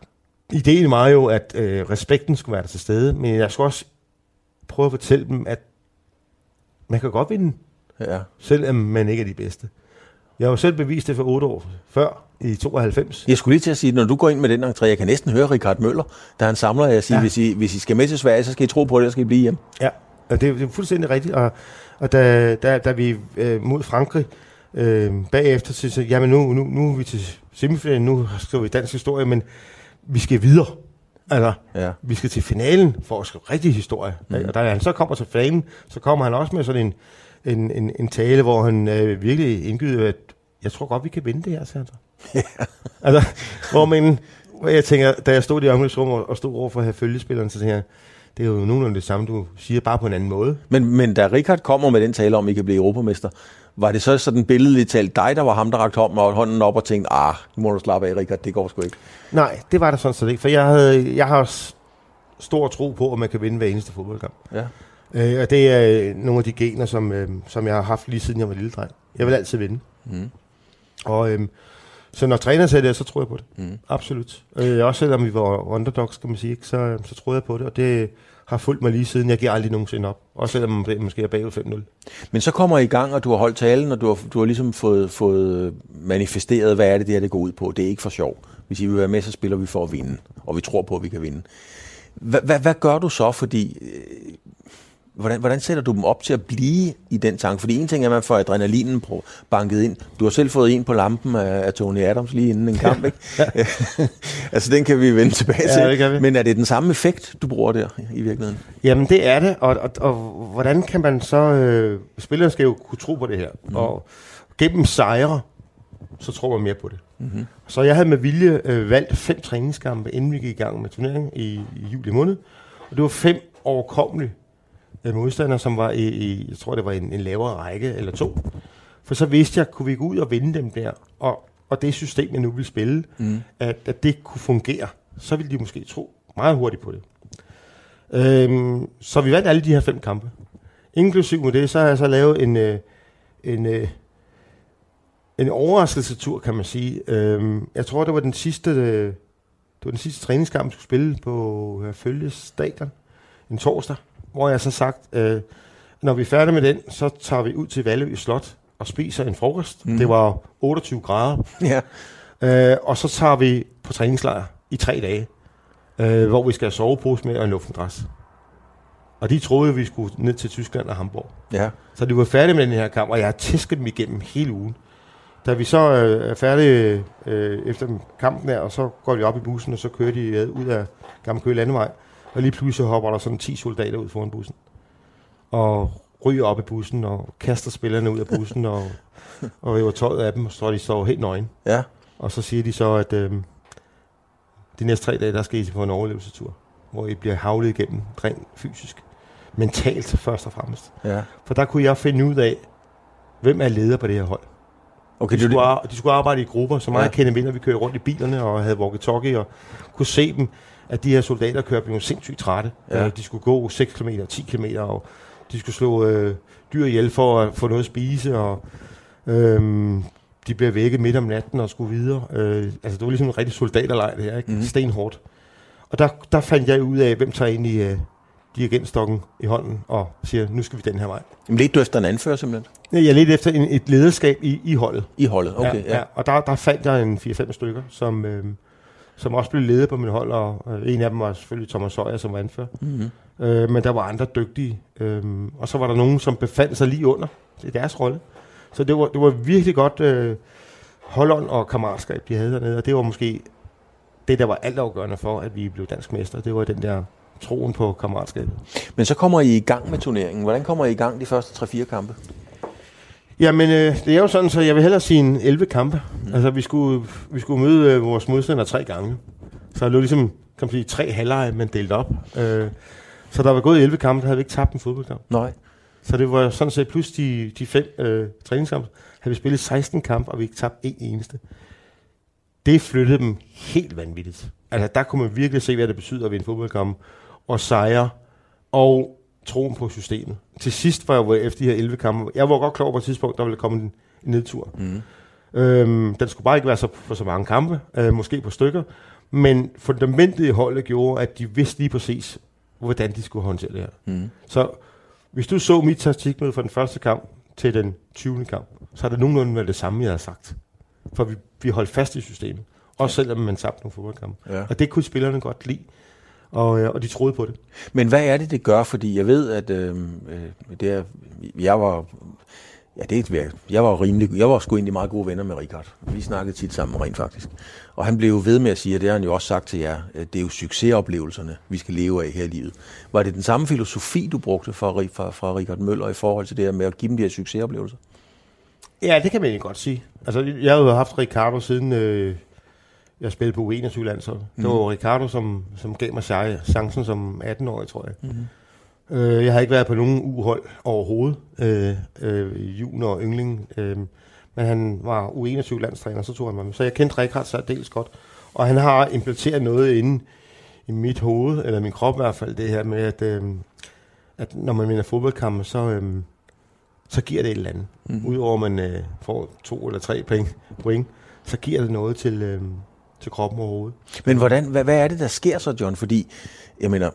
Ideen var jo, at øh, respekten skulle være der til stede, men jeg skulle også prøve at fortælle dem, at man kan godt vinde, ja. Selvom man ikke er de bedste. Jeg har jo selv bevist det for otte år før, i tooghalvfems. Jeg skulle lige til at sige, når du går ind med den entré, jeg kan næsten høre Richard Møller, da han samler jer og siger, ja. hvis, I, hvis I skal med til Sverige, så skal I tro på det, og skal I blive hjemme. Ja, og det, det er fuldstændig rigtigt. Og, og da, da, da vi øh, mod Frankrig øh, bagefter, så sagde jamen nu, nu, nu er vi til semifinalen, nu skriver vi dansk historie, men vi skal videre. Altså, ja. vi skal til finalen for at skrive rigtig historie. Mm. Og da han så kommer til finalen, så kommer han også med sådan en, en, en, en tale, hvor han øh, virkelig indgyder, at jeg tror godt, vi kan vinde det her, siger han så. Ja. Altså, hvor, man, hvor jeg tænker, da jeg stod i omklædningsrummet og stod over for at have følgespilleren, så tænker jeg, det er jo nogenlunde det samme, du siger, bare på en anden måde. Men, men da Richard kommer med den tale om, at I kan blive europamester, var det så sådan billedligt talt dig, der var ham, der rakte hånden, og hånden op og tænkte, ah, nu må du slappe af, Richard, det går sgu ikke. Nej, det var det sådan set ikke, for jeg, havde, jeg har stor tro på, at man kan vinde hver eneste fodboldkamp. Ja. Øh, og det er nogle af de gener, som, øh, som jeg har haft lige siden jeg var lille dreng. Jeg vil altid vinde. Mm. Og øh, så når træner sagde det, så tror jeg på det. Mm. Absolut. Øh, også selvom vi var underdogs, kan man sige, så, så tror jeg på det, og det har fulgt mig lige siden. Jeg giver aldrig nogensinde op. Også selvom man måske er bagud fem nul. Men så kommer I i gang, og du har holdt talen, og du har, du har ligesom fået, fået manifesteret, hvad er det, det her det går ud på. Det er ikke for sjov. Hvis I vil være med, så spiller vi for at vinde. Og vi tror på, at vi kan vinde. Hvad gør du så? Fordi øh, hvordan, hvordan sætter du dem op til at blive i den tanke? Fordi en ting er, at man får adrenalinen banket ind. Du har selv fået en på lampen af, af Tony Adams lige inden en kamp, ikke? Ja. Altså, den kan vi vende tilbage ja, til. Det kan vi. Men er det den samme effekt, du bruger der i virkeligheden? Jamen, det er det. Og, og, og hvordan kan man så... Øh, spillerne skal jo kunne tro på det her. Mm. Og gennem sejre, så tror man mere på det. Mm-hmm. Så jeg havde med vilje øh, valgt fem træningskampe, inden vi gik i gang med turneringen i, i juli måned. Og det var fem overkommelige øh, modstandere, som var i, i, jeg tror det var en, en lavere række eller to. For så vidste jeg, kunne vi gå ud og vinde dem der, og, og det system, jeg nu ville spille, mm. at, at det kunne fungere. Så ville de måske tro meget hurtigt på det. Øhm, så vi vandt alle de her fem kampe. Inklusiv med det, så har jeg så lavet en... Øh, en øh, En overraskelsetur, kan man sige. Øhm, jeg tror, det var den sidste, øh, det var den sidste træningskamp, vi skulle spille på Følges stadion en torsdag, hvor jeg så sagt, øh, når vi er færdige med den, så tager vi ud til Valø Slot og spiser en frokost. Mm. Det var otteogtyve grader. Ja. Øh, og så tager vi på træningslejr i tre dage, øh, hvor vi skal have sovepose med og en luftmadras. Og de troede, vi skulle ned til Tyskland og Hamburg. Ja. Så de var færdige med den her kamp, og jeg har tæsket dem igennem hele ugen. Da vi så øh, er færdige øh, efter kampen her, og så går vi op i bussen, og så kører de øh, ud af Gammel Køge Landevej, og lige pludselig hopper der sådan ti soldater ud foran bussen, og ryger op i bussen, og kaster spillerne ud af bussen, og, og river tøjet af dem, og så de står helt nøgen. Ja. Og så siger de så, at øh, de næste tre dage, der skal I på en overlevelsestur, hvor I bliver havlet igennem rent fysisk. Mentalt først og fremmest. Ja. For der kunne jeg finde ud af, hvem er leder på det her hold. Okay, de, skulle ar- de skulle arbejde i grupper, så meget ja. kendte vinder, vi kørte rundt i bilerne og havde walkie-talkie og kunne se dem, at de her soldater kørte blev sindssygt trætte. Ja. Uh, de skulle gå seks kilometer, ti kilometer, og de skulle slå uh, dyr ihjel for at få noget at spise, og øhm, de blev vækket midt om natten og skulle videre. Uh, altså det var ligesom en rigtig soldaterlejr, det her, ikke? Mm-hmm. Stenhårdt. Og der, der fandt jeg ud af, hvem tager ind i uh, dirigentstokken i hånden og siger, nu skal vi den her vej. Men ledte du efter en anfører simpelthen? Jeg ledte efter en, et lederskab i, i holdet. I holdet, okay. Ja, ja. Ja. Og der, der fandt jeg en fire fem stykker, som, øh, som også blev ledet på mit hold, og øh, en af dem var selvfølgelig Thomas Søjer, som var anfører. Mm-hmm. Øh, men der var andre dygtige. Øh, og så var der nogen, som befandt sig lige under. Det er deres rolle. Så det var, det var virkelig godt øh, holdånd og kammeratskab, de havde dernede. Og det var måske det, der var altafgørende for, at vi blev dansk mester. Det var den der troen på kammeratskabet. Men så kommer I i gang med turneringen. Hvordan kommer I i gang de første tre fire kampe? Jamen, øh, det er jo sådan, så jeg vil hellere sige en elleve kampe. Mm. Altså, vi skulle, vi skulle møde øh, vores modstandere tre gange. Så det var ligesom, kan man sige, tre halvleje, men delt op. Øh, så der var gået elleve kampe, der havde vi ikke tabt en fodboldkamp. Nej. Så det var sådan set, plus de, de fem øh, træningskampe, havde vi spillet seksten kampe, og vi ikke tabt en eneste. Det flyttede dem helt vanvittigt. Altså, der kunne man virkelig se, hvad det betyder at vinde fodboldkamp, og sejre, og troen på systemet. Til sidst var jeg jo efter de her elleve kampe. Jeg var godt klar på et tidspunkt, der ville komme en, en nedtur. Mm. Øhm, den skulle bare ikke være så, for så mange kampe, øh, måske på stykker, men fundamentet i holdet gjorde, at de vidste lige præcis, hvordan de skulle håndtere det her. Mm. Så hvis du så mit taktikmøde for den første kamp, til den tyvende kamp, så har det nogenlunde været det samme, jeg har sagt. For vi, vi holdt fast i systemet. Også selvom man tabte nogle fodboldkampe. Ja. Og det kunne spillerne godt lide. Og, og de troede på det. Men hvad er det, det gør? Fordi jeg ved, at øh, det er, jeg var... Ja, det er jeg var rimelig, jeg var sgu egentlig meget gode venner med Richard. Vi snakkede tit sammen rent faktisk. Og han blev jo ved med at sige, og det har han jo også sagt til jer, at det er jo succesoplevelserne, vi skal leve af her i livet. Var det den samme filosofi, du brugte fra, fra, fra Richard Møller i forhold til det her med at give dem de her succesoplevelser? Ja, det kan man egentlig godt sige. Altså, jeg har jo haft Ricardo siden øh, jeg spillede på U enogtyve-landsholdet. Mm. Det var Ricardo, som, som gav mig chancen som atten-årig, tror jeg. Mm. Øh, jeg har ikke været på nogen U-hold overhovedet, øh, øh, junior og yngling, øh, men han var U enogtyve-landstræner, så tog han mig med. Så jeg kendte Richard særdeles godt, og han har implementeret noget inde i mit hoved, eller min krop i hvert fald, det her med, at, øh, at når man vinder fodboldkampe, så, øh, så giver det et eller andet. Mm. Udover at man øh, får to eller tre point, så giver det noget til, øh, til kroppen og hovedet. Men hvordan, hvad, hvad er det, der sker så, John? Fordi, jeg mener...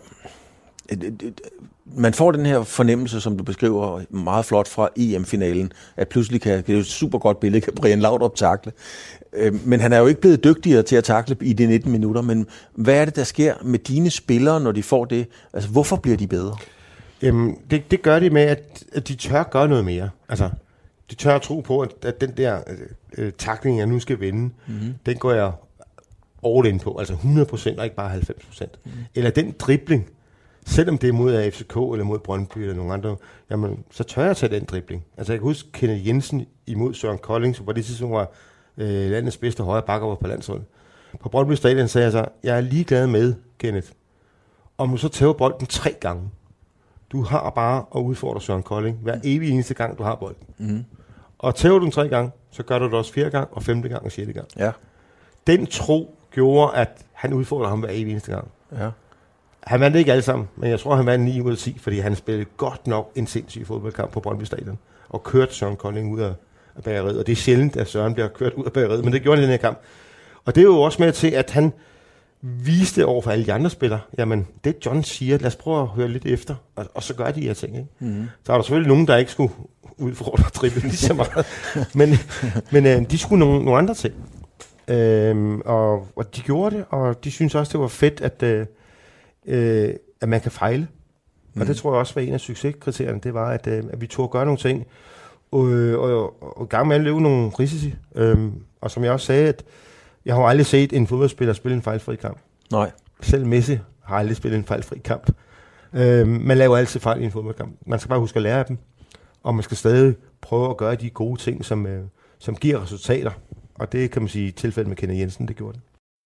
Man får den her fornemmelse, som du beskriver meget flot fra E M-finalen, at pludselig kan, det er jo et super godt billede, kan Brian Laudrup takle. Men han er jo ikke blevet dygtigere til at takle i de nitten minutter, men hvad er det, der sker med dine spillere, når de får det? Altså, hvorfor bliver de bedre? Jamen, det, det gør de med, at, at de tør gøre noget mere. Altså, de tør at tro på, at, at den der øh, takling, jeg nu skal vinde, mm-hmm. den går jeg all in på, altså hundrede procent og ikke bare halvfems procent. Mm-hmm. Eller den dribling, selvom det er mod A F C K eller mod Brøndby eller nogle andre, jamen, så tør jeg at tage den dribling. Altså, jeg kan huske Kenneth Jensen imod Søren Kolding, som på det tidspunkt var øh, landets bedste højre bakker over på landsholdet. På Brøndby Stadion sagde jeg så, jeg er ligeglad med, Kenneth, om du så tæver bolden tre gange. Du har bare at udfordre Søren Kolding hver evig eneste gang, du har bolden. Mm. Og tæver du den tre gange, så gør du det også fire gange, og femte gang og sjette gang. Ja. Den tro gjorde, at han udfordrer ham hver evig eneste gang. Ja. Han vandt ikke alle sammen, men jeg tror, han vandt ni ud af ti, fordi han spillede godt nok en sindssyg fodboldkamp på Brøndby Stadion, og kørte Søren Kolding ud af, af bageriet. Og det er sjældent, at Søren bliver kørt ud af bageriet, men det gjorde han i den her kamp. Og det er jo også med til, at han viste over for alle de andre spillere, jamen, det John siger, lad os prøve at høre lidt efter, og, og så gør de her ting. Ikke? Mm-hmm. Så er der selvfølgelig nogen, der ikke skulle udfordre og drible lige så meget, men, men øh, de skulle nogle, nogle andre ting. Øhm, og, og de gjorde det, og de synes også, det var fedt, at... Øh, Øh, at man kan fejle. Mm. Og det tror jeg også var en af succeskriterierne, det var, at, øh, at vi turde gøre nogle ting, og, og, og gang med at løbe nogle risici. Øhm, og som jeg også sagde, at jeg har aldrig set en fodboldspiller spille en fejlfri kamp. Nej. Selv Messi har aldrig spillet en fejlfri kamp. Øhm, man laver altid fejl i en fodboldkamp. Man skal bare huske at lære af dem, og man skal stadig prøve at gøre de gode ting, som, øh, som giver resultater. Og det kan man sige, i tilfældet med Kenneth Jensen, det gjorde det.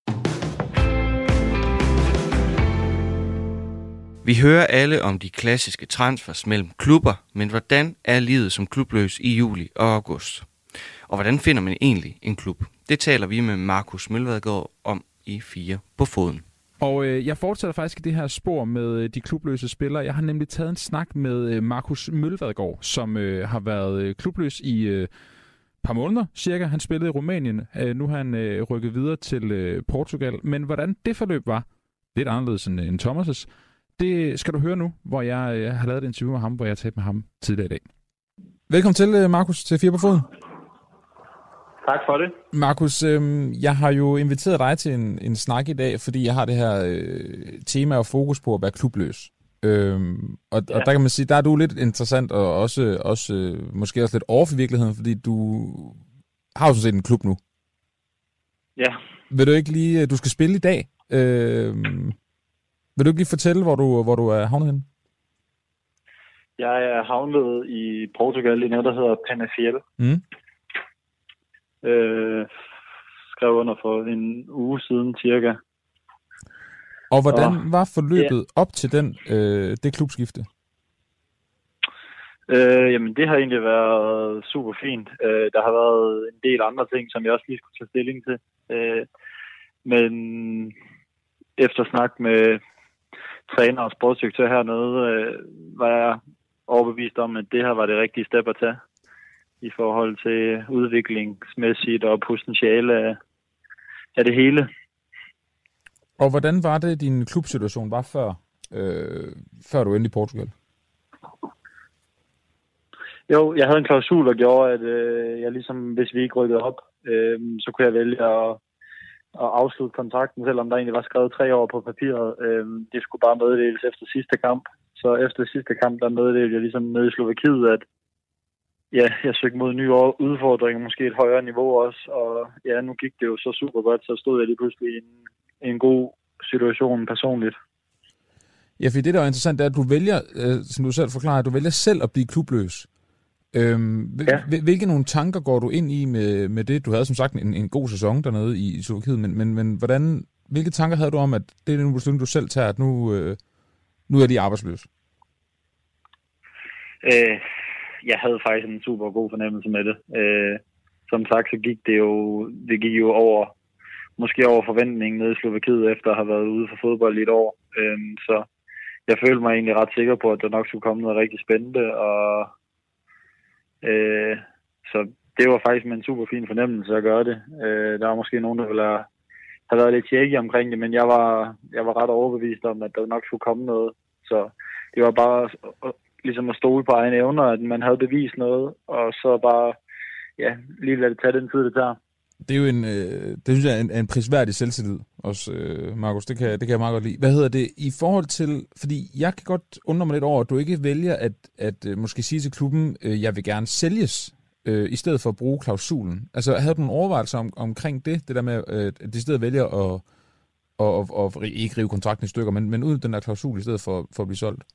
Vi hører alle om de klassiske transfers mellem klubber, men hvordan er livet som klubløs i juli og august? Og hvordan finder man egentlig en klub? Det taler vi med Markus Mølvadgaard om i fire på foden. Og øh, jeg fortsætter faktisk i det her spor med de klubløse spillere. Jeg har nemlig taget en snak med øh, Markus Mølvadgaard, som øh, har været øh, klubløs i et øh, par måneder cirka. Han spillede i Rumænien. Øh, nu har han øh, rykket videre til øh, Portugal. Men hvordan det forløb var, lidt anderledes end, end Thomas'. Det skal du høre nu, hvor jeg øh, har lavet et interview med ham, hvor jeg har talt med ham tidligere i dag. Velkommen til, øh, Markus, til Fire på Foden. Tak for det. Markus, øh, jeg har jo inviteret dig til en, en snak i dag, fordi jeg har det her øh, tema og fokus på at være klubløs. Øh, og, ja. og der kan man sige, der er du lidt interessant, og også, også øh, måske også lidt off i virkeligheden, fordi du har jo sådan set en klub nu. Ja. Vil du ikke lige, du skal spille i dag, øh, vil du ikke lige fortælle, hvor du, hvor du er havnet henne? Jeg er havnet i Portugal i noget, der hedder Penafiel. Mm. Øh, skrev under for en uge siden cirka. Og hvordan og, var forløbet ja. op til den, øh, det klubskifte? Øh, jamen det har egentlig været super fint. Øh, der har været en del andre ting, som jeg også lige skulle tage stilling til. Øh, men efter snak med træner og sportsdirektør hernede, øh, var jeg overbevist om, at det her var det rigtige step at tage i forhold til udviklingsmæssigt og potentiale af, af det hele. Og hvordan var det, din klubsituation var før, øh, før du endte i Portugal? Jo, jeg havde en klausul, der gjorde, at øh, jeg ligesom, hvis vi ikke rykkede op, øh, så kunne jeg vælge at, at afslutte kontrakten, selvom der egentlig var skrevet tre år på papiret. Øh, det skulle bare meddeles efter sidste kamp. Så efter sidste kamp, der meddelte jeg ligesom nede i Slovakiet, at ja, jeg søgte mod nye udfordringer, måske et højere niveau også. Og ja, nu gik det jo så super godt, så stod jeg lige pludselig i en, en god situation personligt. Ja, for det, der er interessant, det er, at du vælger, øh, som du selv forklarer, at du vælger selv at blive klubløs. Øhm, ja. Hvilke nogle tanker går du ind i med, med det? Du havde som sagt en, en god sæson dernede i, i Slovakiet, men, men, men hvordan, hvilke tanker havde du om, at det er den beslutning, du selv tager, at nu, øh, nu er de arbejdsløse? Øh, jeg havde faktisk en super god fornemmelse med det. Øh, som sagt, så gik det jo, det gik jo over, måske over forventningen nede i Slovakiet, efter at have været ude for fodbold i et år. Øh, så jeg følte mig egentlig ret sikker på, at der nok skulle komme noget rigtig spændende, og øh, så det var faktisk med en super fin fornemmelse at gøre det. Øh, der var måske nogen, der ville have været lidt tjekke omkring det, men jeg var, jeg var ret overbevist om, at der nok skulle komme noget. Så det var bare ligesom at stole på egne evner, at man havde bevist noget, og så bare ja, lige lade det tage den tid, det tager. Det er jo en, øh, det synes jeg er en, en prisværdig selvtillid også, øh, Markus. Det kan, det kan jeg meget godt lide. Hvad hedder det i forhold til, fordi jeg kan godt undre mig lidt over, at du ikke vælger at, at øh, måske sige til klubben, øh, jeg vil gerne sælges, øh, i stedet for at bruge klausulen. Altså havde du nogle overvejelser om, omkring det, det der med, øh, at de i stedet vælger at, at, at, at ikke rive kontrakten i stykker, men, men uden den der klausul i stedet for, for at blive solgt?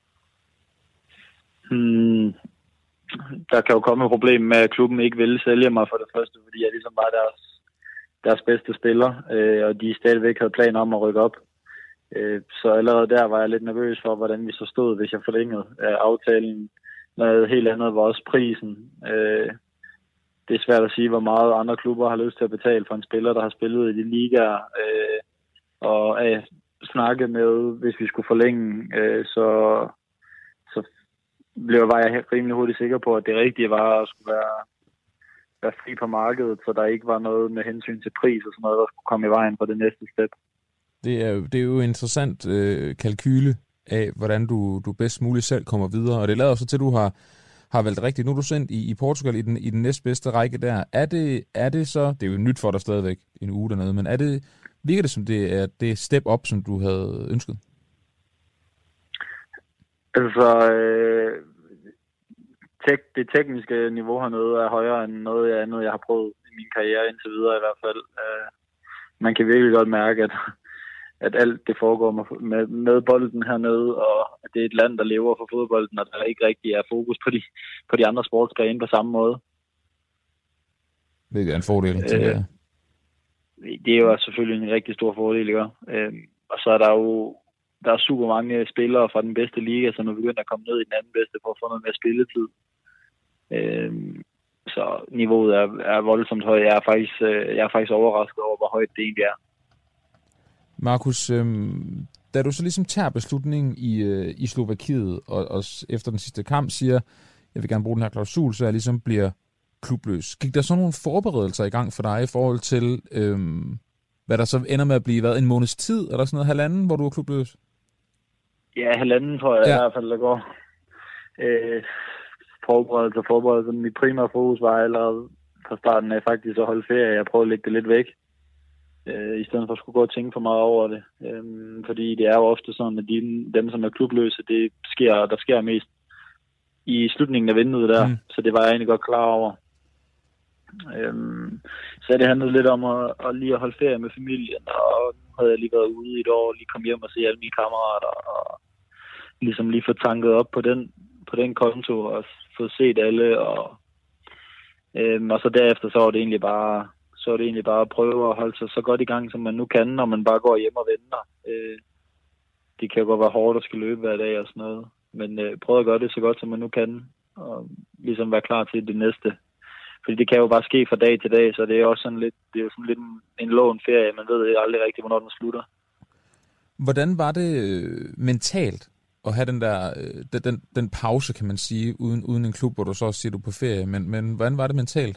Hmm. Der kan jo komme et problem med, at klubben ikke ville sælge mig for det første, fordi jeg ligesom var deres, deres bedste spiller, øh, og de stadigvæk havde planer om at rykke op. Øh, så allerede der var jeg lidt nervøs for, hvordan vi så stod, hvis jeg forlængede øh, aftalen. Noget helt andet var også prisen. Øh, det er svært at sige, hvor meget andre klubber har lyst til at betale for en spiller, der har spillet i de ligaer, øh, og øh, snakke med, hvis vi skulle forlænge, øh, så... så blev var jeg rimelig hurtigt sikker på, at det rigtige var at skulle være, være fri på markedet, så der ikke var noget med hensyn til pris og sådan noget, der skulle komme i vejen for det næste step. Det er, det er jo en interessant øh, kalkyle af, hvordan du, du bedst muligt selv kommer videre, og det lader så til, at du har, har valgt rigtigt. Nu er du sendt i, i Portugal i den, i den næstbedste række der. Er det, er det så, det er jo nyt for dig stadigvæk en uge dernede, men er det, virker det som det er det step up, som du havde ønsket? Altså, øh, tek- det tekniske niveau hernede er højere end noget andet, jeg har prøvet i min karriere indtil videre i hvert fald. Øh, man kan virkelig godt mærke, at, at alt det foregår med, med bolden hernede, og at det er et land, der lever for fodbolden, og der ikke rigtig er fokus på de, på de andre sportsgrene på samme måde. Det er en fordel, øh, tænker jeg. Det er jo selvfølgelig en rigtig stor fordel, ikke? Øh, og så er der jo Der er super mange spillere fra den bedste liga, som er begyndt at komme ned i den anden bedste for at få noget mere spilletid. Øhm, så niveauet er, er voldsomt højt. Jeg er, faktisk, øh, jeg er faktisk overrasket over, hvor højt det egentlig er. Markus, øhm, da du så ligesom tager beslutningen i, øh, i Slovakiet, og, og efter den sidste kamp siger, jeg vil gerne bruge den her klausul, så jeg ligesom bliver klubløs. Gik der så nogle forberedelser i gang for dig i forhold til, øhm, hvad der så ender med at blive hvad, en måneds tid, eller sådan noget halvanden, hvor du er klubløs? Ja, halvanden tror jeg ja. i hvert fald, der går. Øh, forberedelse og forberedelse. Mit primære fokus var allerede fra starten af faktisk at holde ferie. Jeg prøvede at lægge det lidt væk, øh, i stedet for at skulle gå og tænke for meget over det. Øh, fordi det er jo ofte sådan, at de, dem, som er klubløse, det sker, der sker mest i slutningen af vinduet der. Mm. Så det var jeg egentlig godt klar over. Øhm, så det handlede lidt om at, at lige at holde ferie med familien, og nu havde jeg lige været ude i et år, lige kom hjem og se alle mine kammerater, og ligesom lige få tanket op på den, på den konto, og få set alle, og, øhm, og så derefter så var det egentlig bare, så var det egentlig bare at prøve at holde sig så godt i gang, som man nu kan, når man bare går hjem og venter. Øh, det kan jo godt være hårdt at skal løbe hver dag og sådan noget, men øh, prøv at gøre det så godt, som man nu kan, og ligesom være klar til det næste. Fordi det kan jo bare ske fra dag til dag, så det er også sådan lidt, det er jo sådan lidt en, en lån ferie. Man ved aldrig rigtigt, hvornår den slutter. Hvordan var det mentalt at have den der den, den pause, kan man sige, uden, uden en klub, hvor du så også siger, du er på ferie? Men, men hvordan var det mentalt?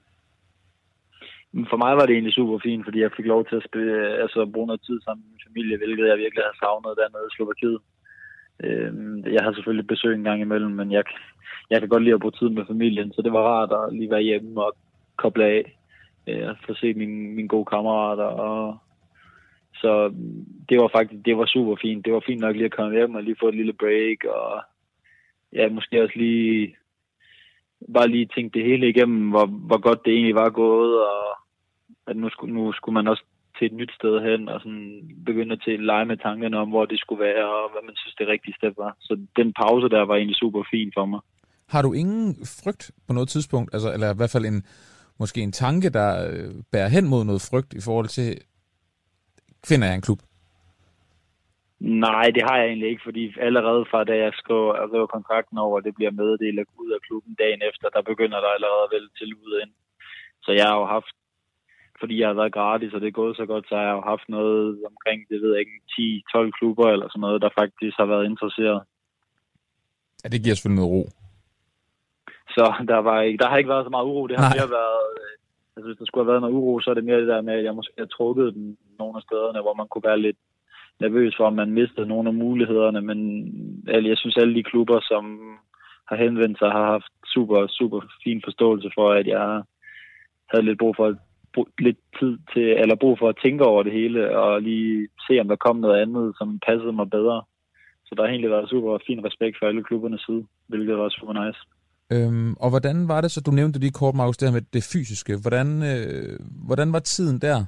For mig var det egentlig super fint, fordi jeg fik lov til at spille, altså bruge noget tid sammen med min familie, hvilket jeg virkelig havde savnet dernede i Slovakiet. Øh, jeg har selvfølgelig besøg en gang imellem, men jeg, jeg kan godt lide at bruge tid med familien, så det var rart at lige være hjemme og koble af. Øh, få set mine, mine gode kammerater. Og så det var faktisk det var super fint. Det var fint nok lige at komme hjem og lige få et lille break, og ja, måske også lige bare lige tænke det hele igennem, hvor, hvor godt det egentlig var gået, og at nu skulle, nu skulle man også til et nyt sted hen, og sådan begynde til at lege med tankerne om, hvor det skulle være, og hvad man synes det rigtige sted var. Så den pause der var egentlig super fin for mig. Har du ingen frygt på noget tidspunkt, altså, eller i hvert fald en, måske en tanke, der øh, bærer hen mod noget frygt i forhold til, finder jeg en klub? Nej, det har jeg egentlig ikke, fordi allerede fra da jeg skrev kontrakten over, det bliver meddelt ud af klubben dagen efter, der begynder der allerede at vælge til ud ind. Så jeg har jo haft, fordi jeg har været gratis, og det er gået så godt, så har jeg jo haft noget omkring, det ved jeg ikke, ti tolv klubber eller sådan noget, der faktisk har været interesseret. Ja, det giver selvfølgelig noget ro. Så der, var ikke, der har ikke været så meget uro. Det har Nej. mere været, altså hvis der skulle have været noget uro, så er det mere det der med, at jeg måske har trukket den nogle af stederne, hvor man kunne være lidt nervøs for, om man mistede nogle af mulighederne. Men jeg synes, alle de klubber, som har henvendt sig, har haft super, super fin forståelse for, at jeg havde lidt brug for lidt tid til, eller brug for at tænke over det hele, og lige se, om der kom noget andet, som passede mig bedre. Så der har egentlig været super fin respekt for alle klubbernes side, hvilket var super nice. Øhm, og hvordan var det så, du nævnte lige kort, Markus, det her med det fysiske. Hvordan, øh, hvordan var tiden der?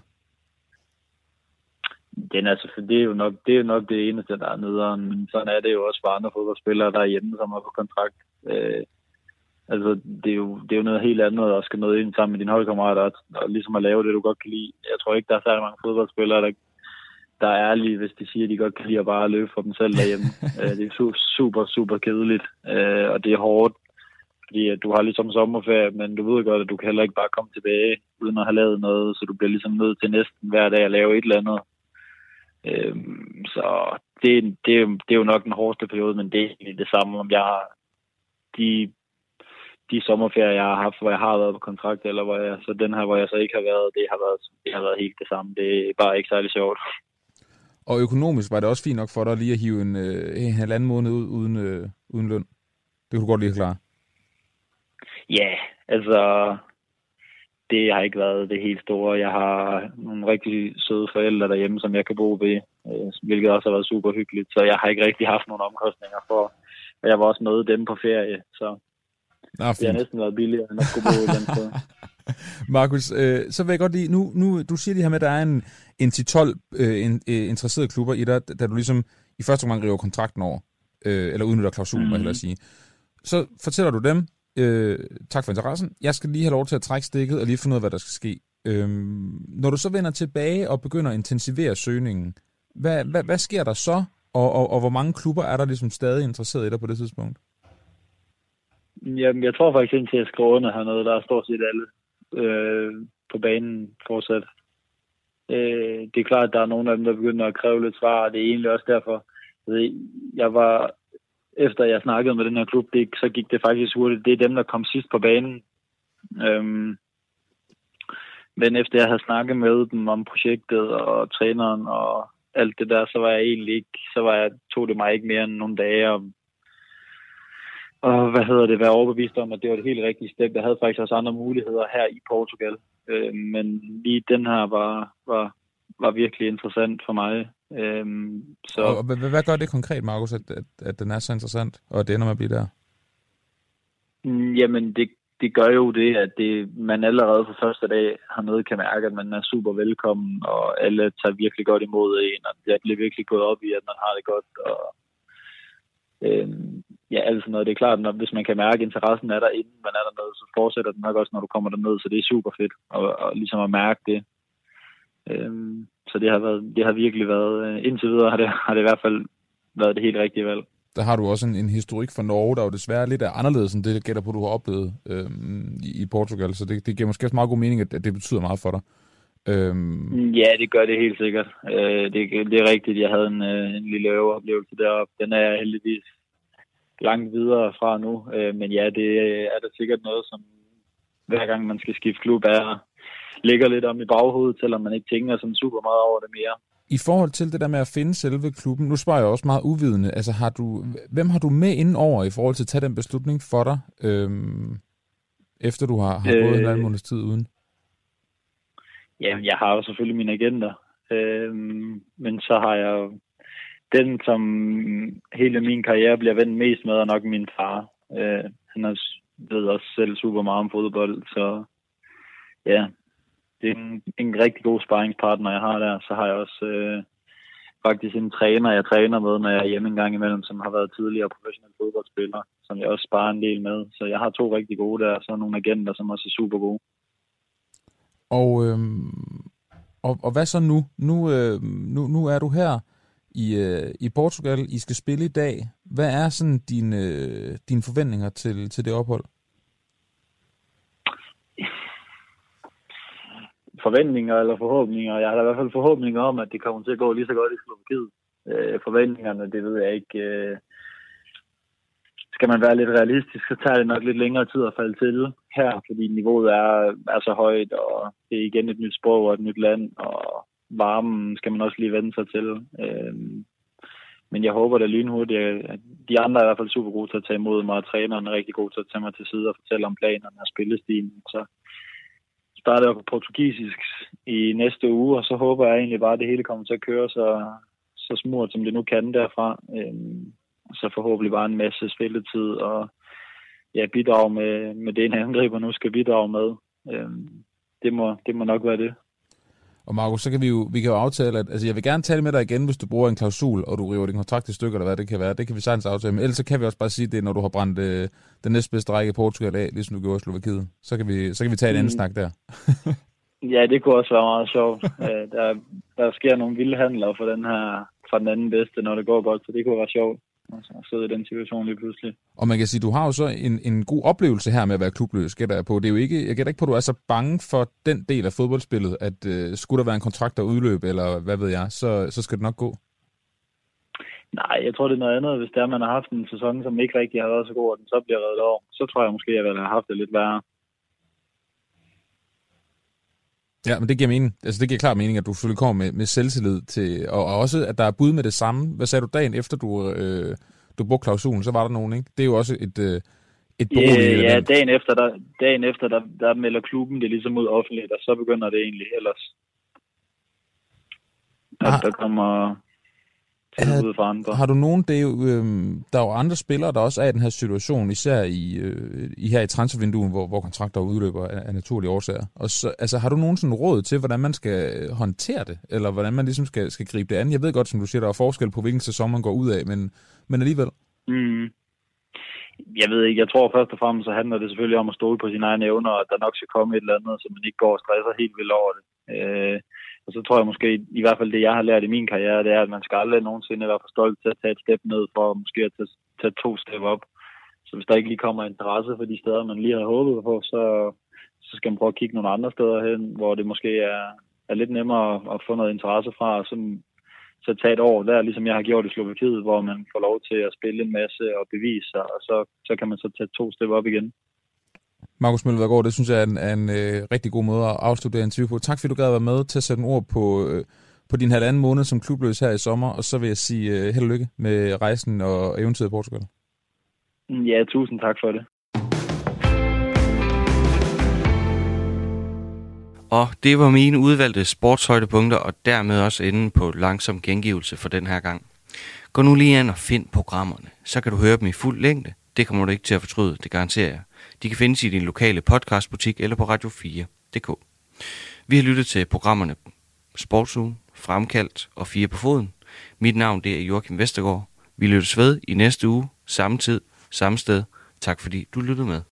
Den er altså, det er jo nok det, er nok det eneste, der er nederen, men sådan er det jo også for andre fodboldspillere, der er hjemme, som er på kontrakt. Øh, altså, det er, jo, det er jo noget helt andet at skal møde ind sammen med dine holdkammerater, og, og ligesom at lave det, du godt kan lide. Jeg tror ikke, der er særlig mange fodboldspillere, der, der er ærlige, hvis de siger, at de godt kan lide at bare løbe for dem selv derhjemme. øh, det er super, super kedeligt, øh, og det er hårdt. Fordi at du har ligesom sommerferie, men du ved godt, at du kan heller ikke bare komme tilbage, uden at have lavet noget, så du bliver ligesom nødt til næsten hver dag at lave et eller andet. Øhm, så det, det, er jo, det er jo nok den hårdeste periode, men det er egentlig det samme, om jeg har de, de sommerferier, jeg har haft, hvor jeg har været på kontrakt, eller hvor jeg, så den her, hvor jeg så ikke har været, det har været, det har været helt det samme. Det er bare ikke særlig sjovt. Og økonomisk var det også fint nok for dig lige at hive en, øh, en halvanden måned ud uden, øh, uden løn. Det kunne du godt lige klare. Ja, yeah, altså det har ikke været det helt store. Jeg har nogle rigtig søde forældre derhjemme, som jeg kan bo ved, hvilket også har været super hyggeligt. Så jeg har ikke rigtig haft nogle omkostninger for, og jeg var også med dem på ferie, så Nå, det har næsten været billigere, end at skulle bo i den sted. Markus, øh, så vil jeg godt lige, nu, nu du siger det her med, at der er en, en ti tolv øh, en, øh, interesserede klubber i dig, da du ligesom i første omgang river kontrakten over, øh, eller udnytter klausulen, mm. må jeg hellere sige. Så fortæller du dem, Øh, tak for interessen. Jeg skal lige have lov til at trække stikket og lige finde ud af, hvad der skal ske. Øhm, når du så vender tilbage og begynder at intensivere søgningen, hvad, hvad, hvad sker der så? Og, og, og hvor mange klubber er der ligesom stadig interesseret i dig på det tidspunkt? Jamen, jeg tror faktisk indtil jeg skriver under hernede, der er stort set alle øh, på banen fortsat. Øh, det er klart, at der er nogle af dem, der begynder at kræve lidt svar, og det er egentlig også derfor. Jeg var... Efter jeg snakkede med den her klub, det, så gik det faktisk hurtigt. Det er dem, der kom sidst på banen. Øhm, men efter jeg havde snakket med dem om projektet og træneren og alt det der, så var jeg egentlig ikke, så var jeg, tog det mig ikke mere end nogle dage og, og hvad hedder det, være overbevist om, at det var det helt rigtige step. Jeg havde faktisk også andre muligheder her i Portugal. Øhm, men lige den her var, var, var virkelig interessant for mig. Øhm, så... Og hvad, hvad gør det konkret, Markus, at, at, at den er så interessant, og at det ender med at blive der? Jamen, det, det gør jo det, at det, man allerede fra første dag hernede kan mærke, at man er super velkommen, og alle tager virkelig godt imod en, og det bliver virkelig gået op i, at man har det godt. Og, øhm, ja, altså noget. Det er klart, at hvis man kan mærke, at interessen er der, inden man er dernede, så fortsætter den nok også, når du kommer derned, så det er super fedt, og, og ligesom at mærke det. Øhm, Så det har, været, det har virkelig været, indtil videre har det, har det i hvert fald været det helt rigtige valg. Der har du også en, en historik for Norge, der jo desværre lidt er anderledes end det, jeg gætter på, du har oplevet øhm, i, i Portugal. Så det, det giver måske også meget god mening, at, at det betyder meget for dig. Øhm... Ja, det gør det helt sikkert. Øh, det, det er rigtigt, jeg havde en, en lille øveoplevelse deroppe. Den er jeg heldigvis langt videre fra nu. Øh, men ja, det er da sikkert noget, som hver gang man skal skifte klub er... ligger lidt om i baghovedet, selvom man ikke tænker sådan super meget over det mere. I forhold til det der med at finde selve klubben, nu spørger jeg også meget uvidende, altså har du, hvem har du med inden over i forhold til at tage den beslutning for dig, øhm, efter du har, har øh, gået en anden måneds tid uden? Jamen, jeg har jo selvfølgelig mine agenter, øhm, men så har jeg jo den, som hele min karriere bliver vendt mest med, er nok min far. Øh, han er, ved også selv super meget om fodbold, så ja, det er en, en rigtig god sparringspartner, jeg har der. Så har jeg også øh, faktisk en træner, jeg træner med, når jeg er hjemme en gang imellem, som har været tidligere professionel fodboldspiller, som jeg også sparer en del med. Så jeg har to rigtig gode der, og så nogle agenter, som også er super gode. Og, øhm, og, og hvad så nu? Nu, øh, nu? Nu er du her i, øh, i Portugal. I skal spille i dag. Hvad er sådan dine, øh, dine forventninger til, til det ophold? Forventninger eller forhåbninger. Jeg har da i hvert fald forhåbninger om, at det kommer til at gå lige så godt i Slovakiet. Øh, forventningerne, det ved jeg ikke. Øh, skal man være lidt realistisk, så tager det nok lidt længere tid at falde til her, fordi niveauet er, er så højt, og det er igen et nyt sprog og et nyt land, og varmen skal man også lige vende sig til. Øh, men jeg håber, det er lynhurtigt. De andre er i hvert fald super gode til at tage imod mig, og træneren er rigtig god til at tage mig til side og fortælle om planerne og spillestilen. Så starter jeg på portugisisk i næste uge, og så håber jeg egentlig bare, at det hele kommer til at køre så, så smurt, som det nu kan derfra. Øhm, så forhåbentlig bare en masse spilletid, og ja, bidrage med, med det, en angriber nu skal bidrage med. Øhm, det, må, det må nok være det. Og Markus, så kan vi jo, vi kan jo aftale, at altså, jeg vil gerne tale med dig igen, hvis du bruger en klausul, og du river din kontrakt i stykker, eller hvad det kan være. Det kan vi sagtens aftale. Men ellers så kan vi også bare sige det, når du har brændt øh, den næstbedste række i Portugal af, ligesom du gjorde i Slovakiet. Så kan vi, så kan vi tage en anden mm. snak der. Ja, det kunne også være meget sjovt. der, der sker nogle vilde handler for den her, fra den anden bedste, når det går godt, så det kunne være sjovt. Altså, at sidde i den situation lige pludselig. Og man kan sige, du har jo så en, en god oplevelse her med at være klubløs, gætter jeg på. Det er jo ikke, jeg gætter ikke på, at du er så bange for den del af fodboldspillet, at uh, skulle der være en kontrakt, der udløb, eller hvad ved jeg, så, så skal det nok gå. Nej, jeg tror, det er noget andet. Hvis der man har haft en sæson, som ikke rigtig har været så god, og den så bliver reddet over, så tror jeg måske, at jeg ville have haft det lidt værre. Ja, men det giver mening. Altså, det giver klart mening, at du selvfølgelig kommer med, med selvtillid til, og, og også, at der er bud med det samme. Hvad sagde du dagen efter, du, øh, du brugte klausulen? Så var der nogen, ikke? Det er jo også et, øh, et beroligende ja, ja, dagen efter, der, dagen efter der, der melder klubben det ligesom ud offentligt, og så begynder det egentlig ellers. At ah. der kommer tilbud fra andre. Har du nogen, det er jo, øh, der er jo andre spillere, der også er i den her situation, især i, øh, i her i transfervinduet, hvor, hvor kontrakter udløber af, af naturlige årsager. Og så, altså, har du nogen sådan råd til, hvordan man skal håndtere det, eller hvordan man ligesom skal, skal gribe det an? Jeg ved godt, som du siger, der er forskel på, hvilken sæson man går ud af, men, men alligevel. Mm. Jeg ved ikke, jeg tror først og fremmest, så handler det selvfølgelig om at stole på sine egne evner, og at der nok skal komme et eller andet, så man ikke går og stresser helt vildt over det. Øh, Og så tror jeg måske, i hvert fald det, jeg har lært i min karriere, det er, at man skal aldrig nogensinde være for stolt til at tage et step ned, for måske at tage, tage to step op. Så hvis der ikke lige kommer interesse for de steder, man lige har håbet på, så, så skal man prøve at kigge nogle andre steder hen, hvor det måske er, er lidt nemmere at, at få noget interesse fra, og så, så tage et år der, ligesom jeg har gjort i Slovakiet, hvor man får lov til at spille en masse og bevise sig, og så, så kan man så tage to step op igen. Markus Møllegaard, det synes jeg er en, er en øh, rigtig god måde at afslutte det interview på. Tak fordi du gad at være med til at sætte en ord på, øh, på din halvanden måned som klubløs her i sommer, og så vil jeg sige øh, held og lykke med rejsen og eventyret i Portugal. Ja, tusind tak for det. Og det var mine udvalgte sportshøjdepunkter, og dermed også enden på langsom gengivelse for den her gang. Gå nu lige ind og find programmerne, så kan du høre dem i fuld længde. Det kommer du ikke til at fortryde, det garanterer jeg. De kan findes i din lokale podcastbutik eller på radio fire punktum d k. Vi har lyttet til programmerne Sportsugen, Fremkaldt og Fire på Foden. Mit navn det er Joachim Vestergaard. Vi lyttes ved i næste uge, samme tid, samme sted. Tak fordi du lyttede med.